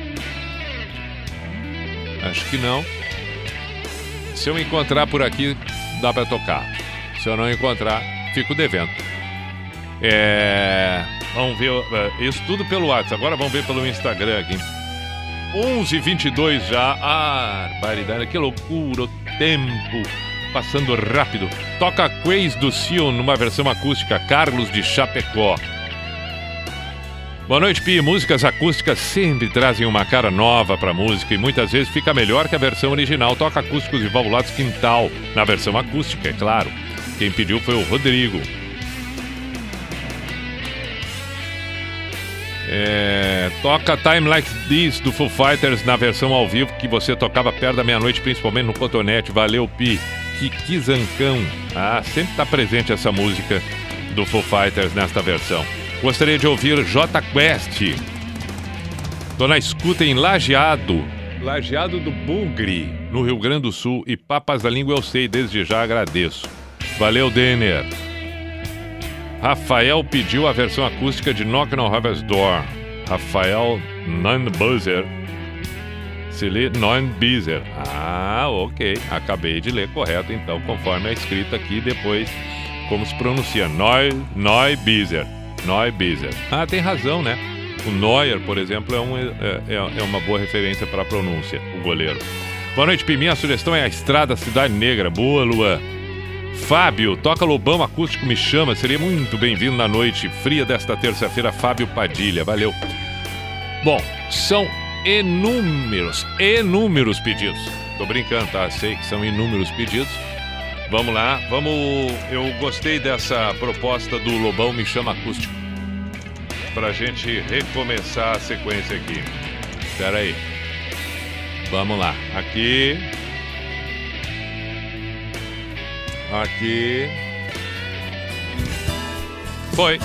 Acho que não. Se eu encontrar por aqui, dá pra tocar. Se eu não encontrar, fico devendo. Vamos ver isso tudo pelo WhatsApp. Agora vamos ver pelo Instagram aqui. 11h22 já. Ah, barbaridade, que loucura, o tempo passando rápido. Toca Quays do Sion numa versão acústica, Carlos de Chapecó. Boa noite, Pi. Músicas acústicas sempre trazem uma cara nova pra música e muitas vezes fica melhor que a versão original. Toca Acústicos e Valvulados Quintal na versão acústica, é claro. Quem pediu foi o Rodrigo. Toca Time Like This do Foo Fighters na versão ao vivo que você tocava perto da meia-noite, principalmente no Cotonete. Valeu, Pi. Kiki Zancão. Ah, sempre tá presente essa música do Foo Fighters nesta versão. Gostaria de ouvir J Quest. Tô na escuta em Lajeado do Bugre, no Rio Grande do Sul. E Papas da Língua eu sei, desde já agradeço. Valeu, Denner. Rafael pediu a versão acústica de Knock on Heaven's Door. Rafael Non-Buzzer. Se lê Non-Bizer. Ah, ok. Acabei de ler correto, então, conforme a escrita aqui, depois como se pronuncia. Neubizer. Neubizer. Ah, tem razão, né? O Neuer, por exemplo, é uma boa referência para a pronúncia, o goleiro. Boa noite, Pi. Minha sugestão é a Estrada Cidade Negra. Boa, Luan. Fábio, toca Lobão Acústico, me chama. Seria muito bem-vindo na noite fria desta terça-feira, Fábio Padilha. Valeu. Bom, são inúmeros pedidos. Tô brincando, tá? Sei que são inúmeros pedidos. Vamos lá, eu gostei dessa proposta do Lobão Me Chama Acústico, pra gente recomeçar a sequência aqui. Espera aí. Vamos lá. Aqui. Foi.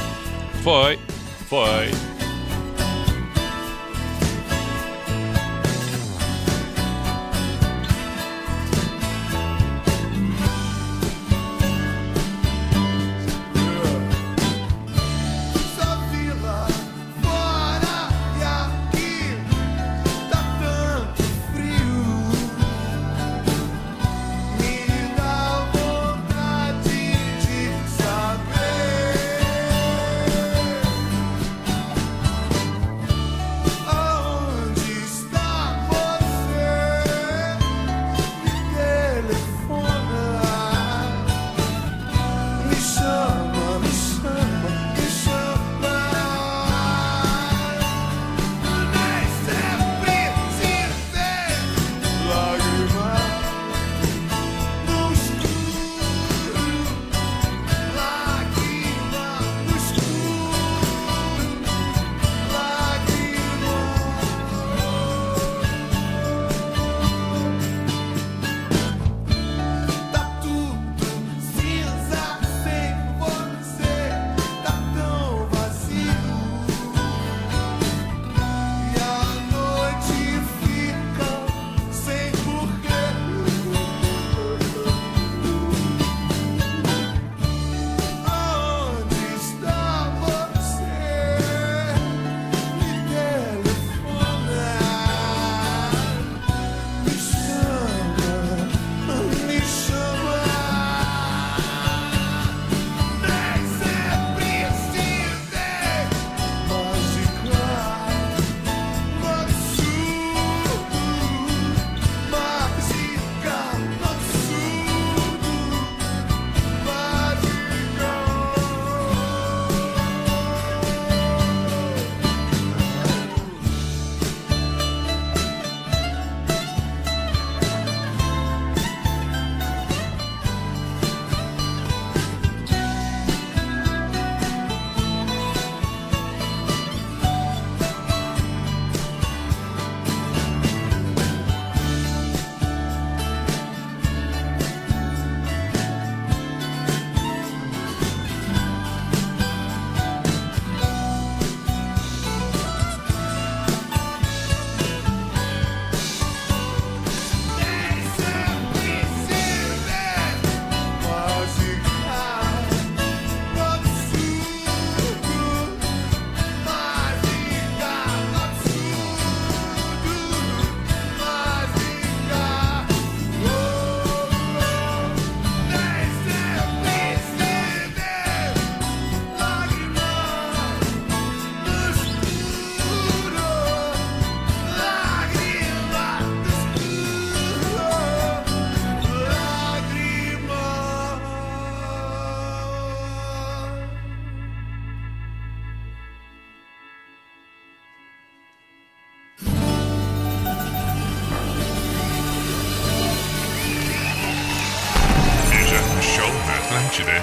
né?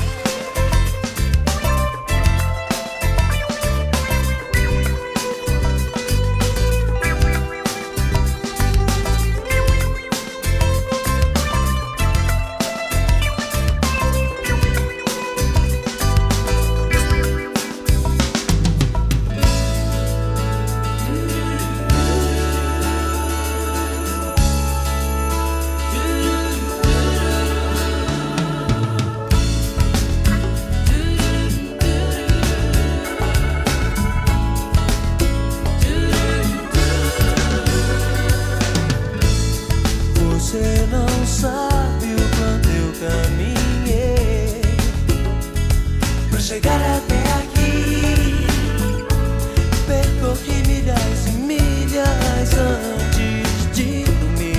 Você não sabe o quanto eu caminhei pra chegar até aqui. Percorri milhas e milhas antes de dormir.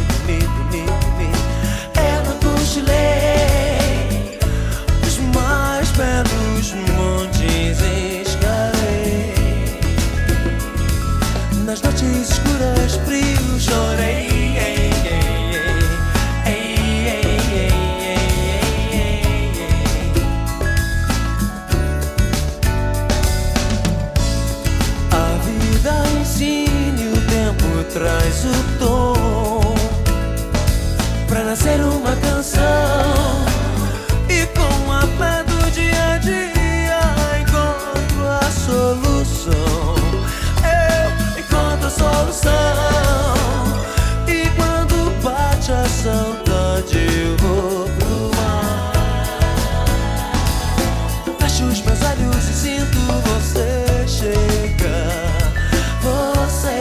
Eu cochilei os mais belos montes, escalei. Nas noites escuras, frio, chorei. Traz o tom pra nascer uma canção, e com a fé do dia a dia encontro a solução. Eu encontro a solução, e quando bate a saudade eu vou pro mar. Fecho os meus olhos e sinto você chegar. Você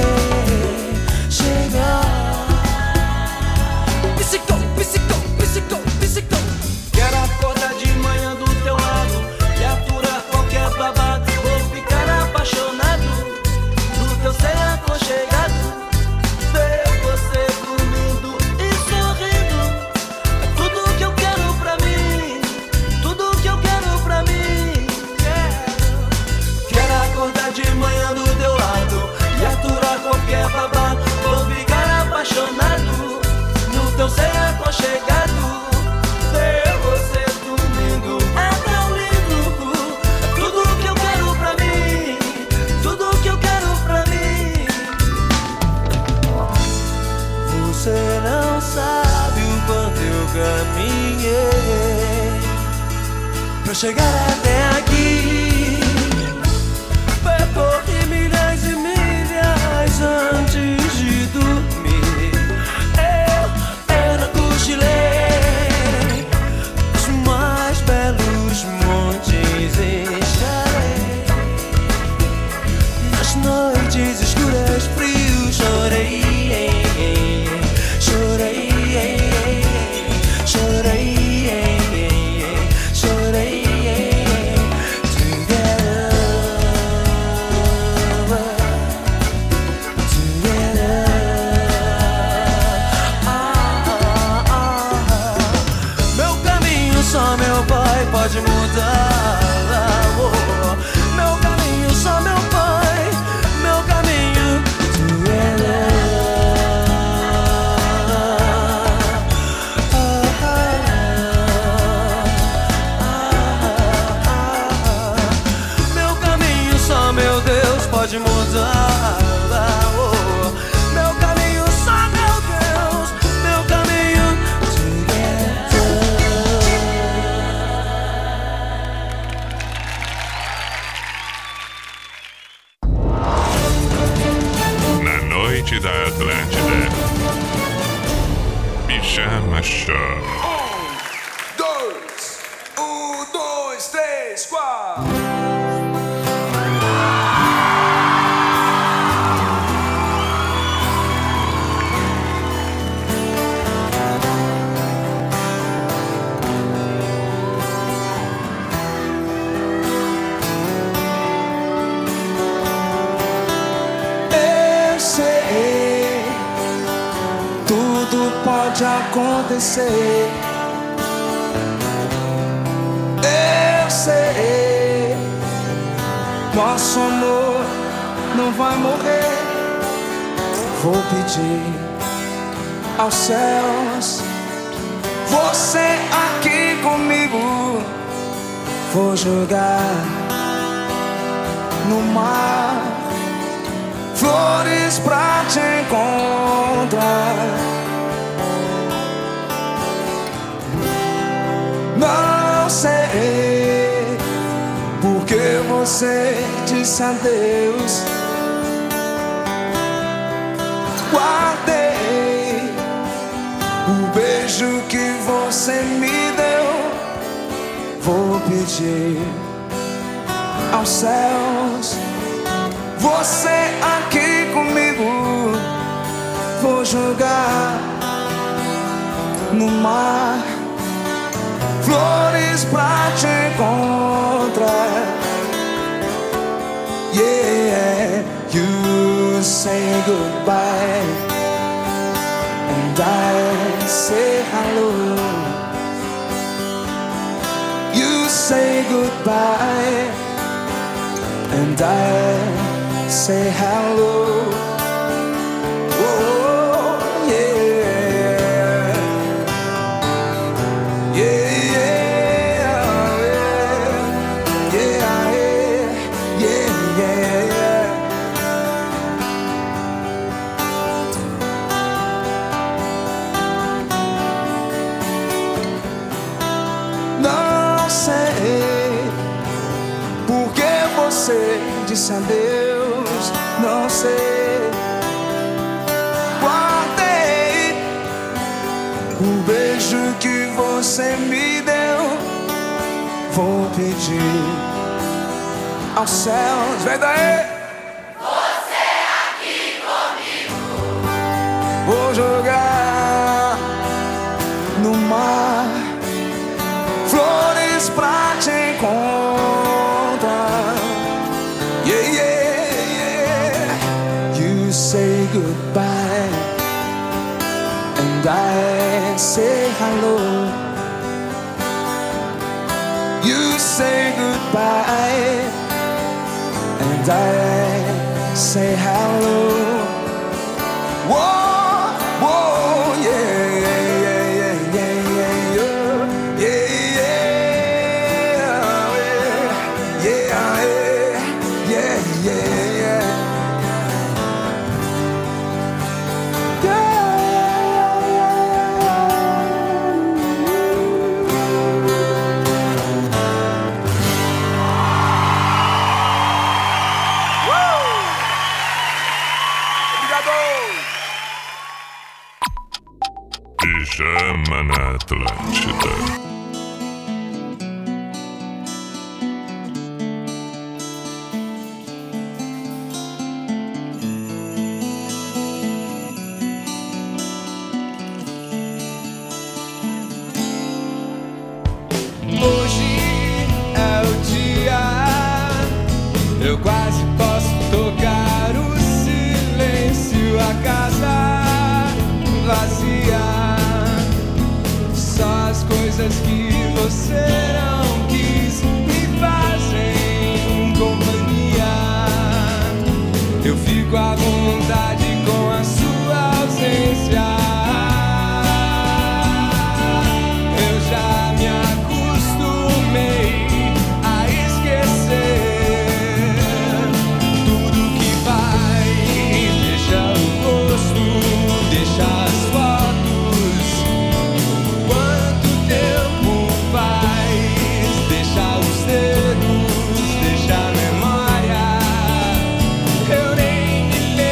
Psicou. Quero acordar de manhã do teu lado e aturar qualquer babado. Vou ficar apaixonado no teu ser aconchegado. Ver você dormindo e sorrindo é tudo que eu quero pra mim. Tudo que eu quero pra mim. Quero acordar de manhã do teu lado e aturar qualquer babado. Vou ficar apaixonado no teu ser aconchegado. Ver você dormindo é tão lindo. É tudo que eu quero pra mim. Tudo que eu quero pra mim. Você não sabe o quanto eu caminhei pra chegar até aqui. Percorri milhas e milhas antes de dormir. Cochilei os mais belos montes, escalei. Nas noites escuras, frio, chorei. Pode mudar, oh. Meu caminho, só meu pai. Meu caminho, together. Meu caminho, só meu Deus pode mudar, oh. Meu caminho, só meu Deus. Meu caminho, noite da Atlântida. Pijama Show. 1, 2, 3, 4. Pode acontecer. Eu sei, nosso amor não vai morrer. Vou pedir aos céus, você aqui comigo. vou jogar no mar flores pra te encontrar. Não sei porque você disse adeus. Guardei o beijo que você me deu. Vou pedir aos céus você aqui comigo. Vou jogar no mar flores pra te encontrar. Yeah, you say goodbye and I say hello. You say goodbye and I say hello. Oh, yeah. Yeah, yeah, yeah, yeah, yeah, yeah. Não sei porque você disse adeus. Não sei. Guardei o beijo que você me deu. Vou pedir aos céus. Vem daí! Você aqui comigo. Vou jogar no mar flores pra te encontrar. Yeah, yeah, yeah. You say goodbye and I say hello. You say goodbye and I say hello. Whoa, whoa, yeah, yeah, yeah, yeah, yeah, yeah, yeah, yeah, yeah, yeah, yeah, yeah. Pijama na Atlântida. Hoje é o dia, eu quase posso tocar o silêncio, a casa vazia, só as coisas que você não quis me fazem companhia. Eu fico à vontade com a sua ausência. Eu já me acostumei a esquecer tudo que vai. Deixa o rosto, deixa as fotos. Quanto tempo faz? Deixa os dedos, deixa a memória. Eu nem me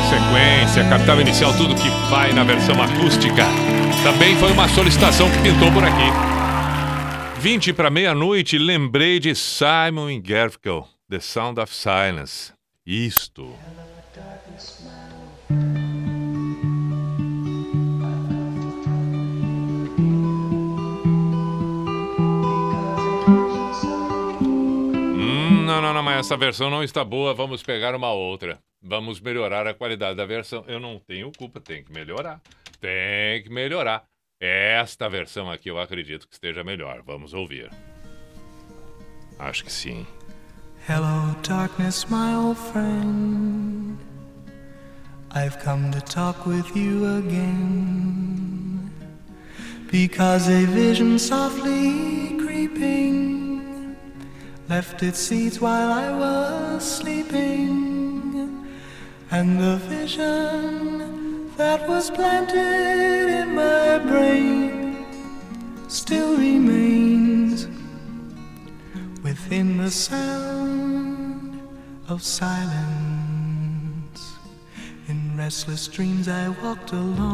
sequência, capital inicial, tudo que vai na versão acústica. Também foi uma solicitação que pintou por aqui. 20 para meia-noite, lembrei de Simon & Garfunkel, The Sound of Silence. Isto. Não, mas essa versão não está boa, vamos pegar uma outra. Vamos melhorar a qualidade da versão. Eu não tenho culpa, tem que melhorar. Tem que melhorar. Esta versão aqui eu acredito que esteja melhor. Vamos ouvir. Acho que sim. Hello, darkness, my old friend. I've come to talk with you again. Because a vision softly creeping left its seeds while I was sleeping. And the vision that was planted in my brain still remains within the sound of silence. In restless dreams I walked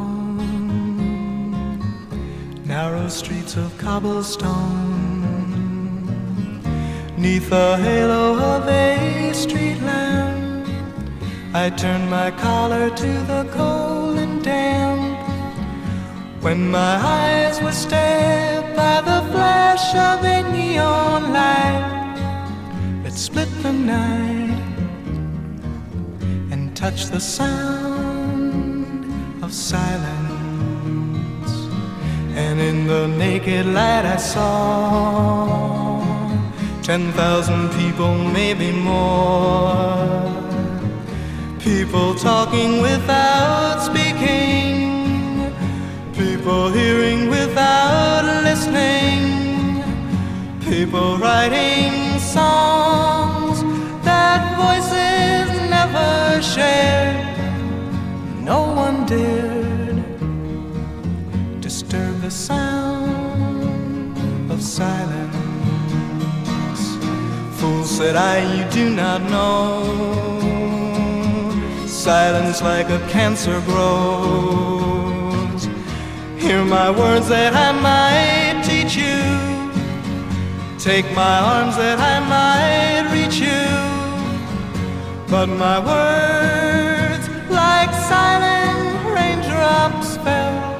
alone, narrow streets of cobblestone, 'neath the halo of a street lamp. I turned my collar to the cold and damp, when my eyes were stared by the flash of a neon light that split the night and touched the sound of silence. And in the naked light I saw 10,000 people, maybe more. People talking without speaking, people hearing without listening, people writing songs that voices never shared. No one dared disturb the sound of silence. Fool, said I, you do not know. Silence like a cancer grows. Hear my words that I might teach you. Take my arms that I might reach you. But my words like silent raindrops fell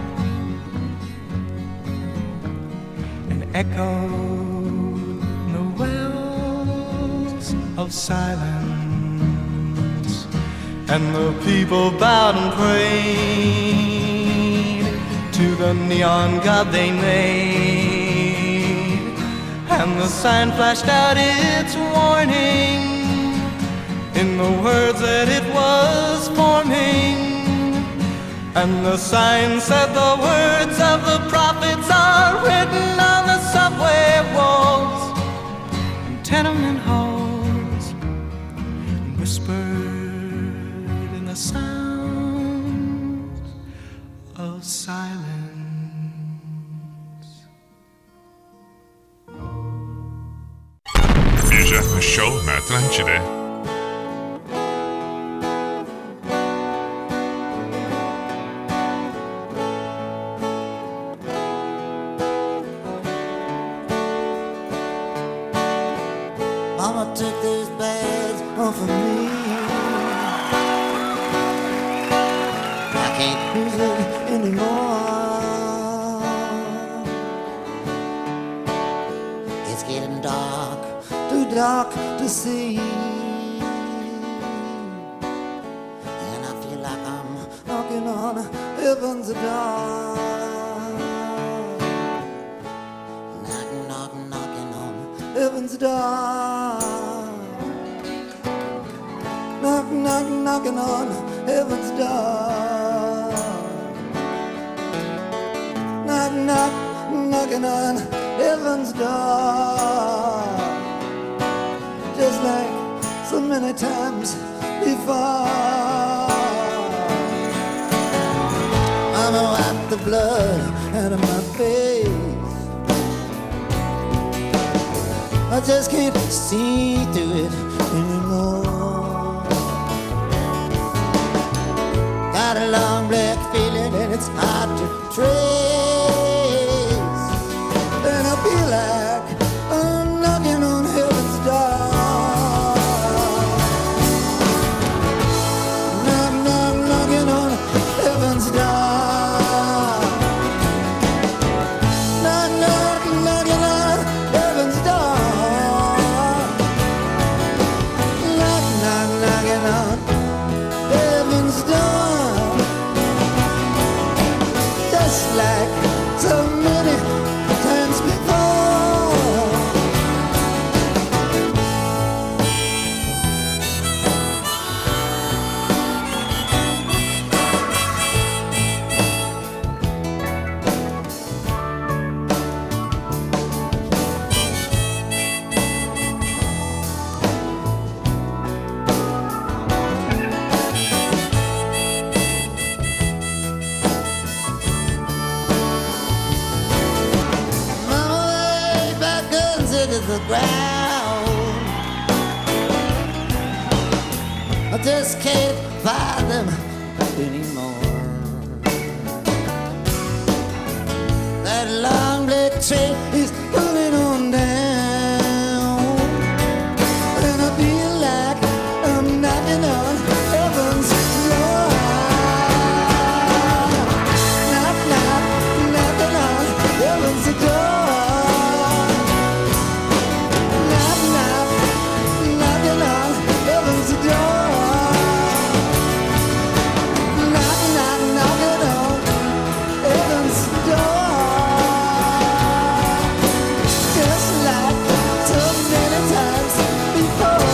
and echoed the wells of silence. And the people bowed and prayed to the neon god they made. And the sign flashed out its warning in the words that it was forming. And the sign said the words of the prophets are written on the subway walls and tenement halls, and whispered the sound of silence. Pijama Show na Atlântida. Mama, take these bags off of me. Can't cruise it anymore. It's getting dark, too dark to see. And I feel like I'm knocking on heaven's door. Knocking, knocking, knocking on heaven's door. Knocking, knocking, knocking on heaven's door. Knock, knock, knocking on heaven's door. Just like so many times before. I'ma wipe the blood out of my face. I just can't see through it anymore. got a long black feeling and it's hard to trace. And I feel like I'm knocking on heaven's door. Knock, knock, knocking on heaven's door. Knock, knock, knocking on heaven's door. Knock, knock, knocking on heaven's door. Just like so many times before. Mama, way back guns into the ground. I just can't find them anymore. That long black train is rolling on down. And I feel like I'm knocking on heaven's door. Knock, knock, knocking on heaven's door. Knock, knock, knocking on heaven's door. Knock, knock, knocking on heaven's door. Just like so many times before.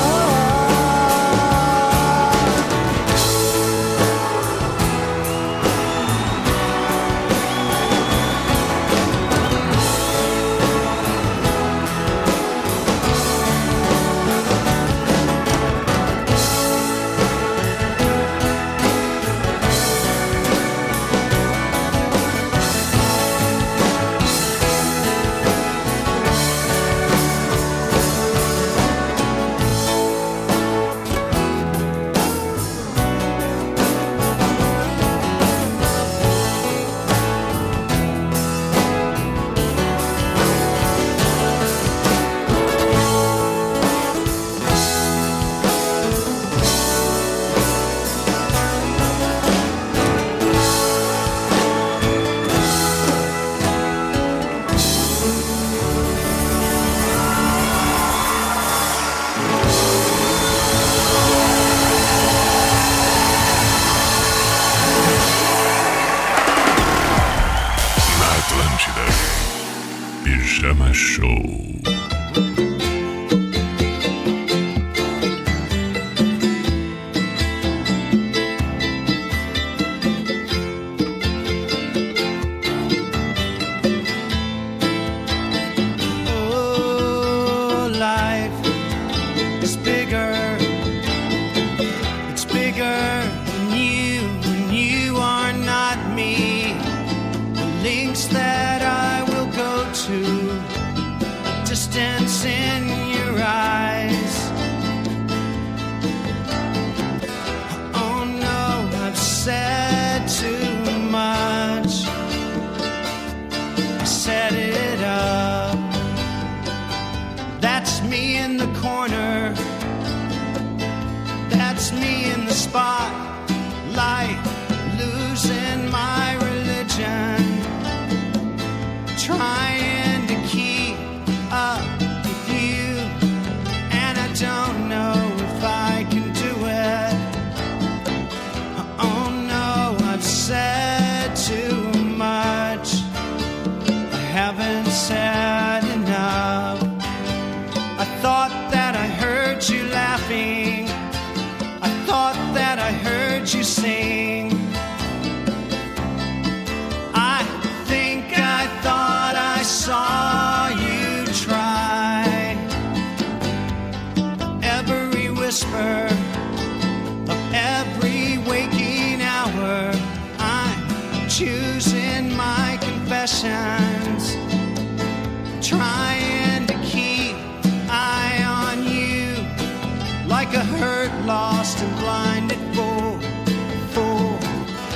Na Atlântida, Pijama Show. Oh, life is bigger. It's bigger than you, and you are not me. The links that I will go to, distance in your eyes. Oh no, I've said too much. I set it up. That's me in the corner. That's me in the spotlight, losing my religion, trying to keep up with you, and I don't know if I can do it. Oh no, I've said too much. I haven't said enough. I thought that I heard you laughing. I thought that I heard you sing. I think I thought I saw you try. Every whisper of every waking hour, I'm choosing my confessions, trying to keep eye on you, like a hurt, lost and blinded fool.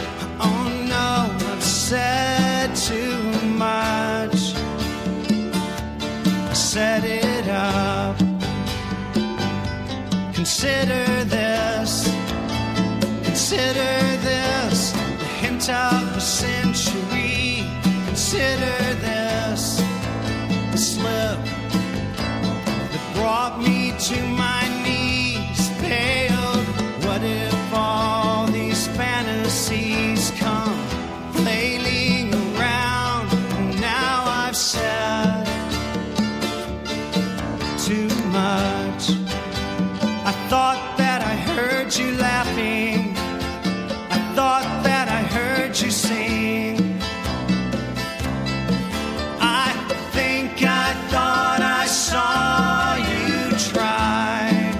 Consider this, the hint of a century. Consider this, the slip that brought me to my knees. Pale, what if all these fantasies come flailing around? And now I've said too much. I thought that I heard you laughing. I thought that I heard you sing. I think I thought I saw you try.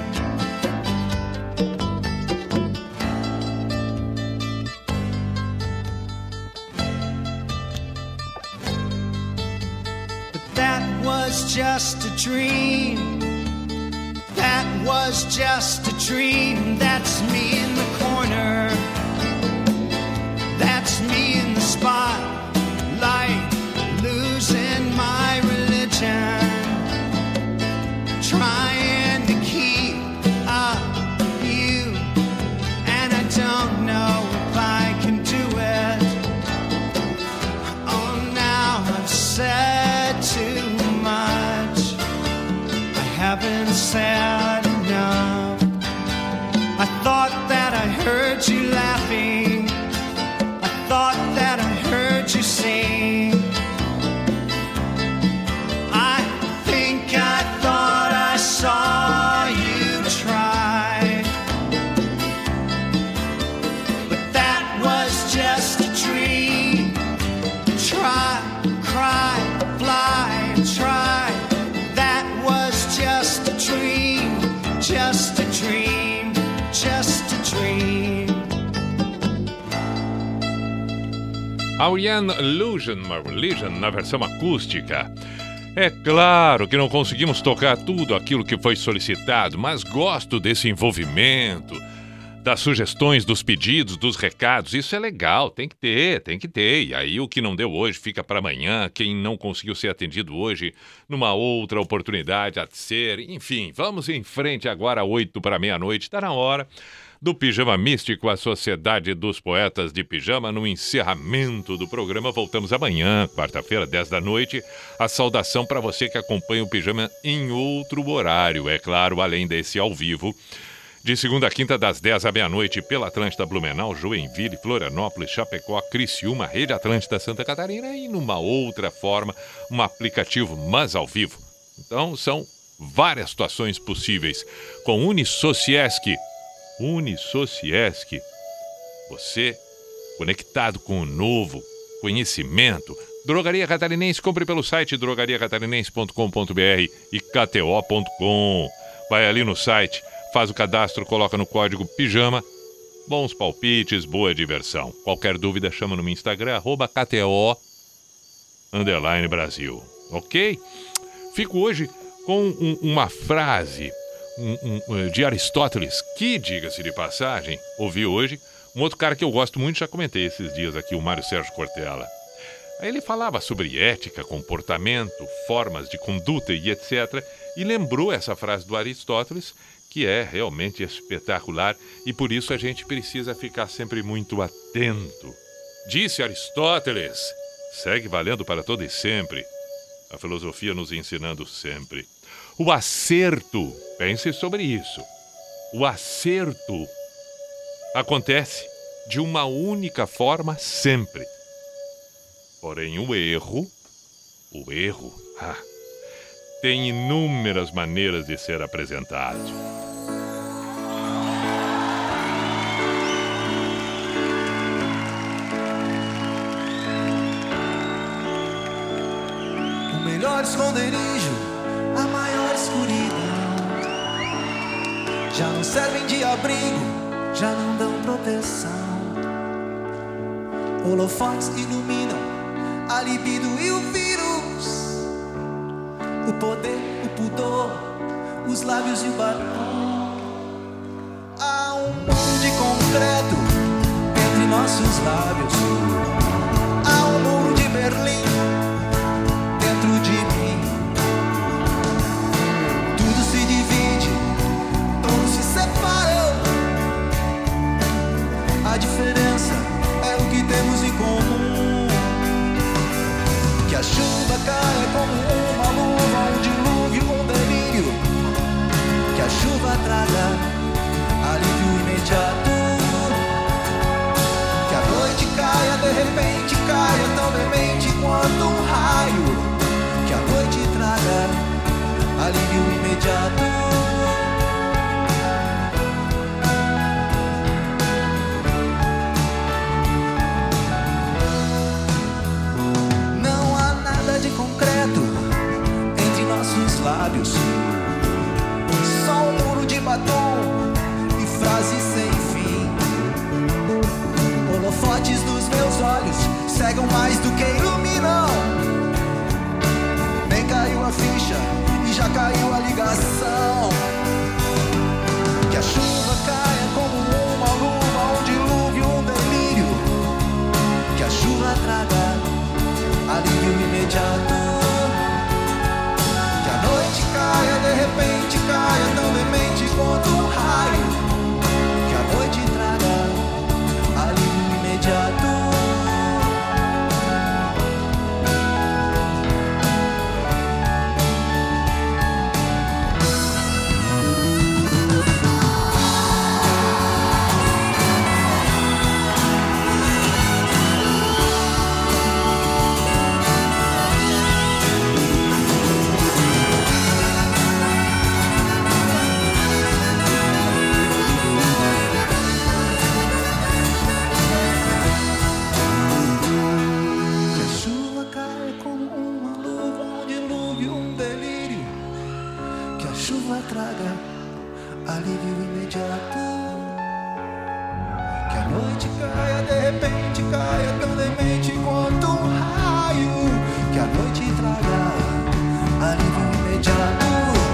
But that was just a dream. That was just a dream. That's me in the corner. That's me in the spotlight, losing my religion, trying to keep up with you, and I don't know if I can do it. Oh, now I've said too much. I haven't said enough. I thought that I heard you laughing. I thought that I heard you sing. I think I thought I saw you try. But that was just a dream. Try, cry, fly, try. That was just a dream, just a dream, just a dream. Ariane Illusion, uma Religion na versão acústica. É claro que não conseguimos tocar tudo aquilo que foi solicitado, mas gosto desse envolvimento, das sugestões, dos pedidos, dos recados. Isso é legal, tem que ter. E aí o que não deu hoje fica para amanhã, quem não conseguiu ser atendido hoje, numa outra oportunidade há de ser. Enfim, vamos em frente agora, 8 para meia-noite, está na hora do Pijama Místico, a Sociedade dos Poetas de Pijama, no encerramento do programa. Voltamos amanhã, quarta-feira, 10 da noite. A saudação para você que acompanha o Pijama em outro horário, é claro, além desse ao vivo, de segunda a quinta, das 10 à meia-noite, pela Atlântida Blumenau, Joinville, Florianópolis, Chapecó, Criciúma, Rede Atlântida Santa Catarina e numa outra forma, um aplicativo, mas ao vivo. Então, são várias situações possíveis. Com Unisociesc, você conectado com o novo conhecimento. Drogaria Catarinense, compre pelo site drogariacatarinense.com.br e kto.com. Vai ali no site, faz o cadastro, coloca no código PIJAMA. Bons palpites, boa diversão. Qualquer dúvida, chama no meu Instagram, @KTO_Brasil. Ok? Fico hoje com uma frase de Aristóteles, que, diga-se de passagem, ouvi hoje, um outro cara que eu gosto muito, já comentei esses dias aqui, o Mário Sérgio Cortella. Aí ele falava sobre ética, comportamento, formas de conduta e etc. E lembrou essa frase do Aristóteles, que é realmente espetacular e por isso a gente precisa ficar sempre muito atento. Disse Aristóteles, segue valendo para todo e sempre. A filosofia nos ensinando sempre. O acerto, pense sobre isso, o acerto acontece de uma única forma sempre. Porém, o erro, tem inúmeras maneiras de ser apresentado. O melhor esconderijo, a maior escuridão. Já não servem de abrigo, já não dão proteção. Holofotes iluminam a libido e o vírus, o poder, o pudor, os lábios e o batom. Há um muro de concreto entre nossos lábios. Há um muro de Berlim dentro de mim. Tudo se divide, tudo se separa. lábios. Só um muro de batom e frases sem fim. Holofotes dos meus olhos cegam mais do que iluminam. Nem caiu a ficha e já caiu a ligação. Que a chuva caia como uma luva, um dilúvio, um delírio. Que a chuva traga alívio imediato. Que a noite caia, de repente caia, tão demente quanto um raio. Que a noite traga alívio imediato. Traga alívio imediato. Que a noite caia, de repente caia, tão demente quanto um raio. Que a noite traga alívio imediato.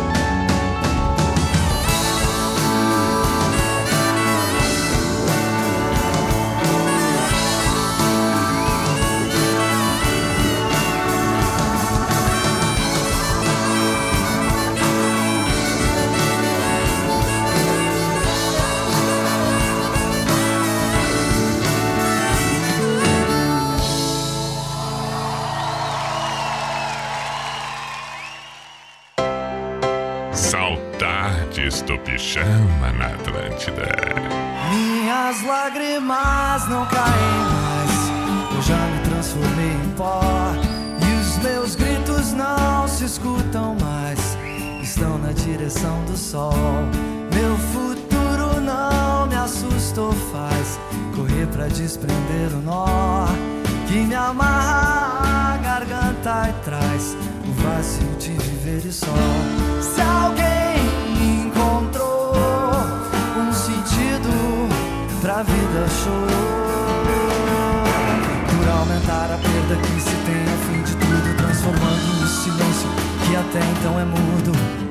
Saudades do pijama na Atlântida. Minhas lágrimas não caem mais, eu já me transformei em pó. E os meus gritos não se escutam mais, estão na direção do sol. Meu futuro não me assusta ou faz correr pra desprender o nó que me amarra a garganta e traz o vazio de viver e só. Se alguém encontrou um sentido pra vida, chorou por aumentar a perda que se tem ao fim de tudo, transformando o silêncio que até então é mudo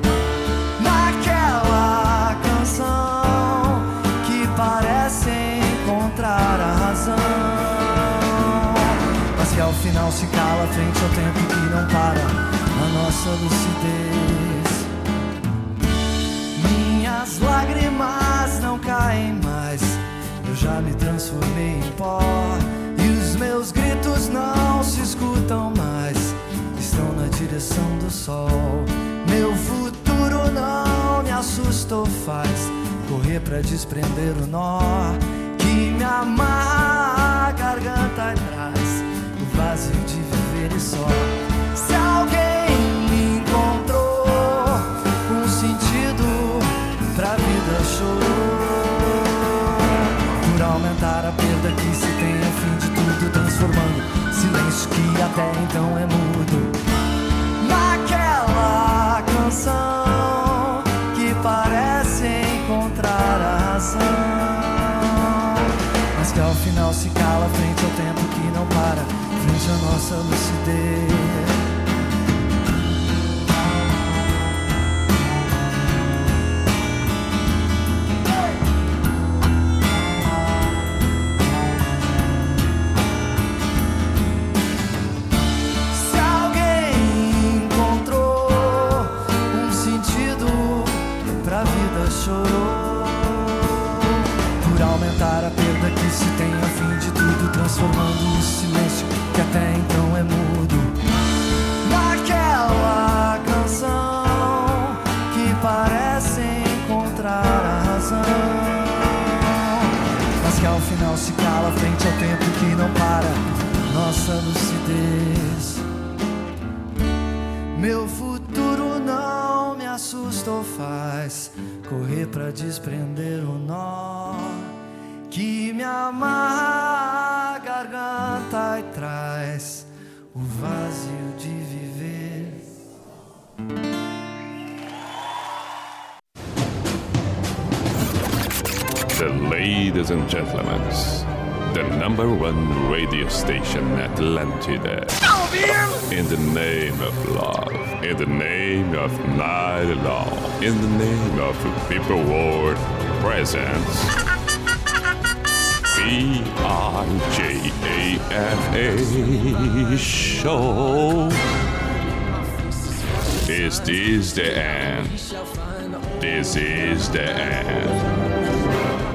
naquela canção que parece encontrar a razão, mas que ao final se cala frente ao tempo que não para na nossa lucidez. Minhas lágrimas não caem mais, eu já me transformei em pó. E os meus gritos não se escutam mais, estão na direção do sol. Meu futuro não me assusta ou faz correr pra desprender o nó que me amarra a garganta e traz o vazio de viver e só. Se alguém encontrou um sentido pra vida, chorou por aumentar a perda que se tem ao fim de tudo, transformando silêncio que até então é mudo naquela canção que parece encontrar a razão, mas que ao final se cala frente ao tempo que não para, frente à nossa lucidez. A perda que se tem ao fim de tudo, transformando o silêncio que até então é mudo naquela canção que parece encontrar a razão, mas que ao final se cala frente ao tempo que não para nossa lucidez. Meu futuro não me assusta ou faz correr pra desprender o nó que me amarra a garganta e traz o vazio de viver Ladies and gentlemen, the number one radio station, Atlantida. In the name of love, in the name of night long, in the name of people world presence. BRJAFA show. Is this the end? This is the end.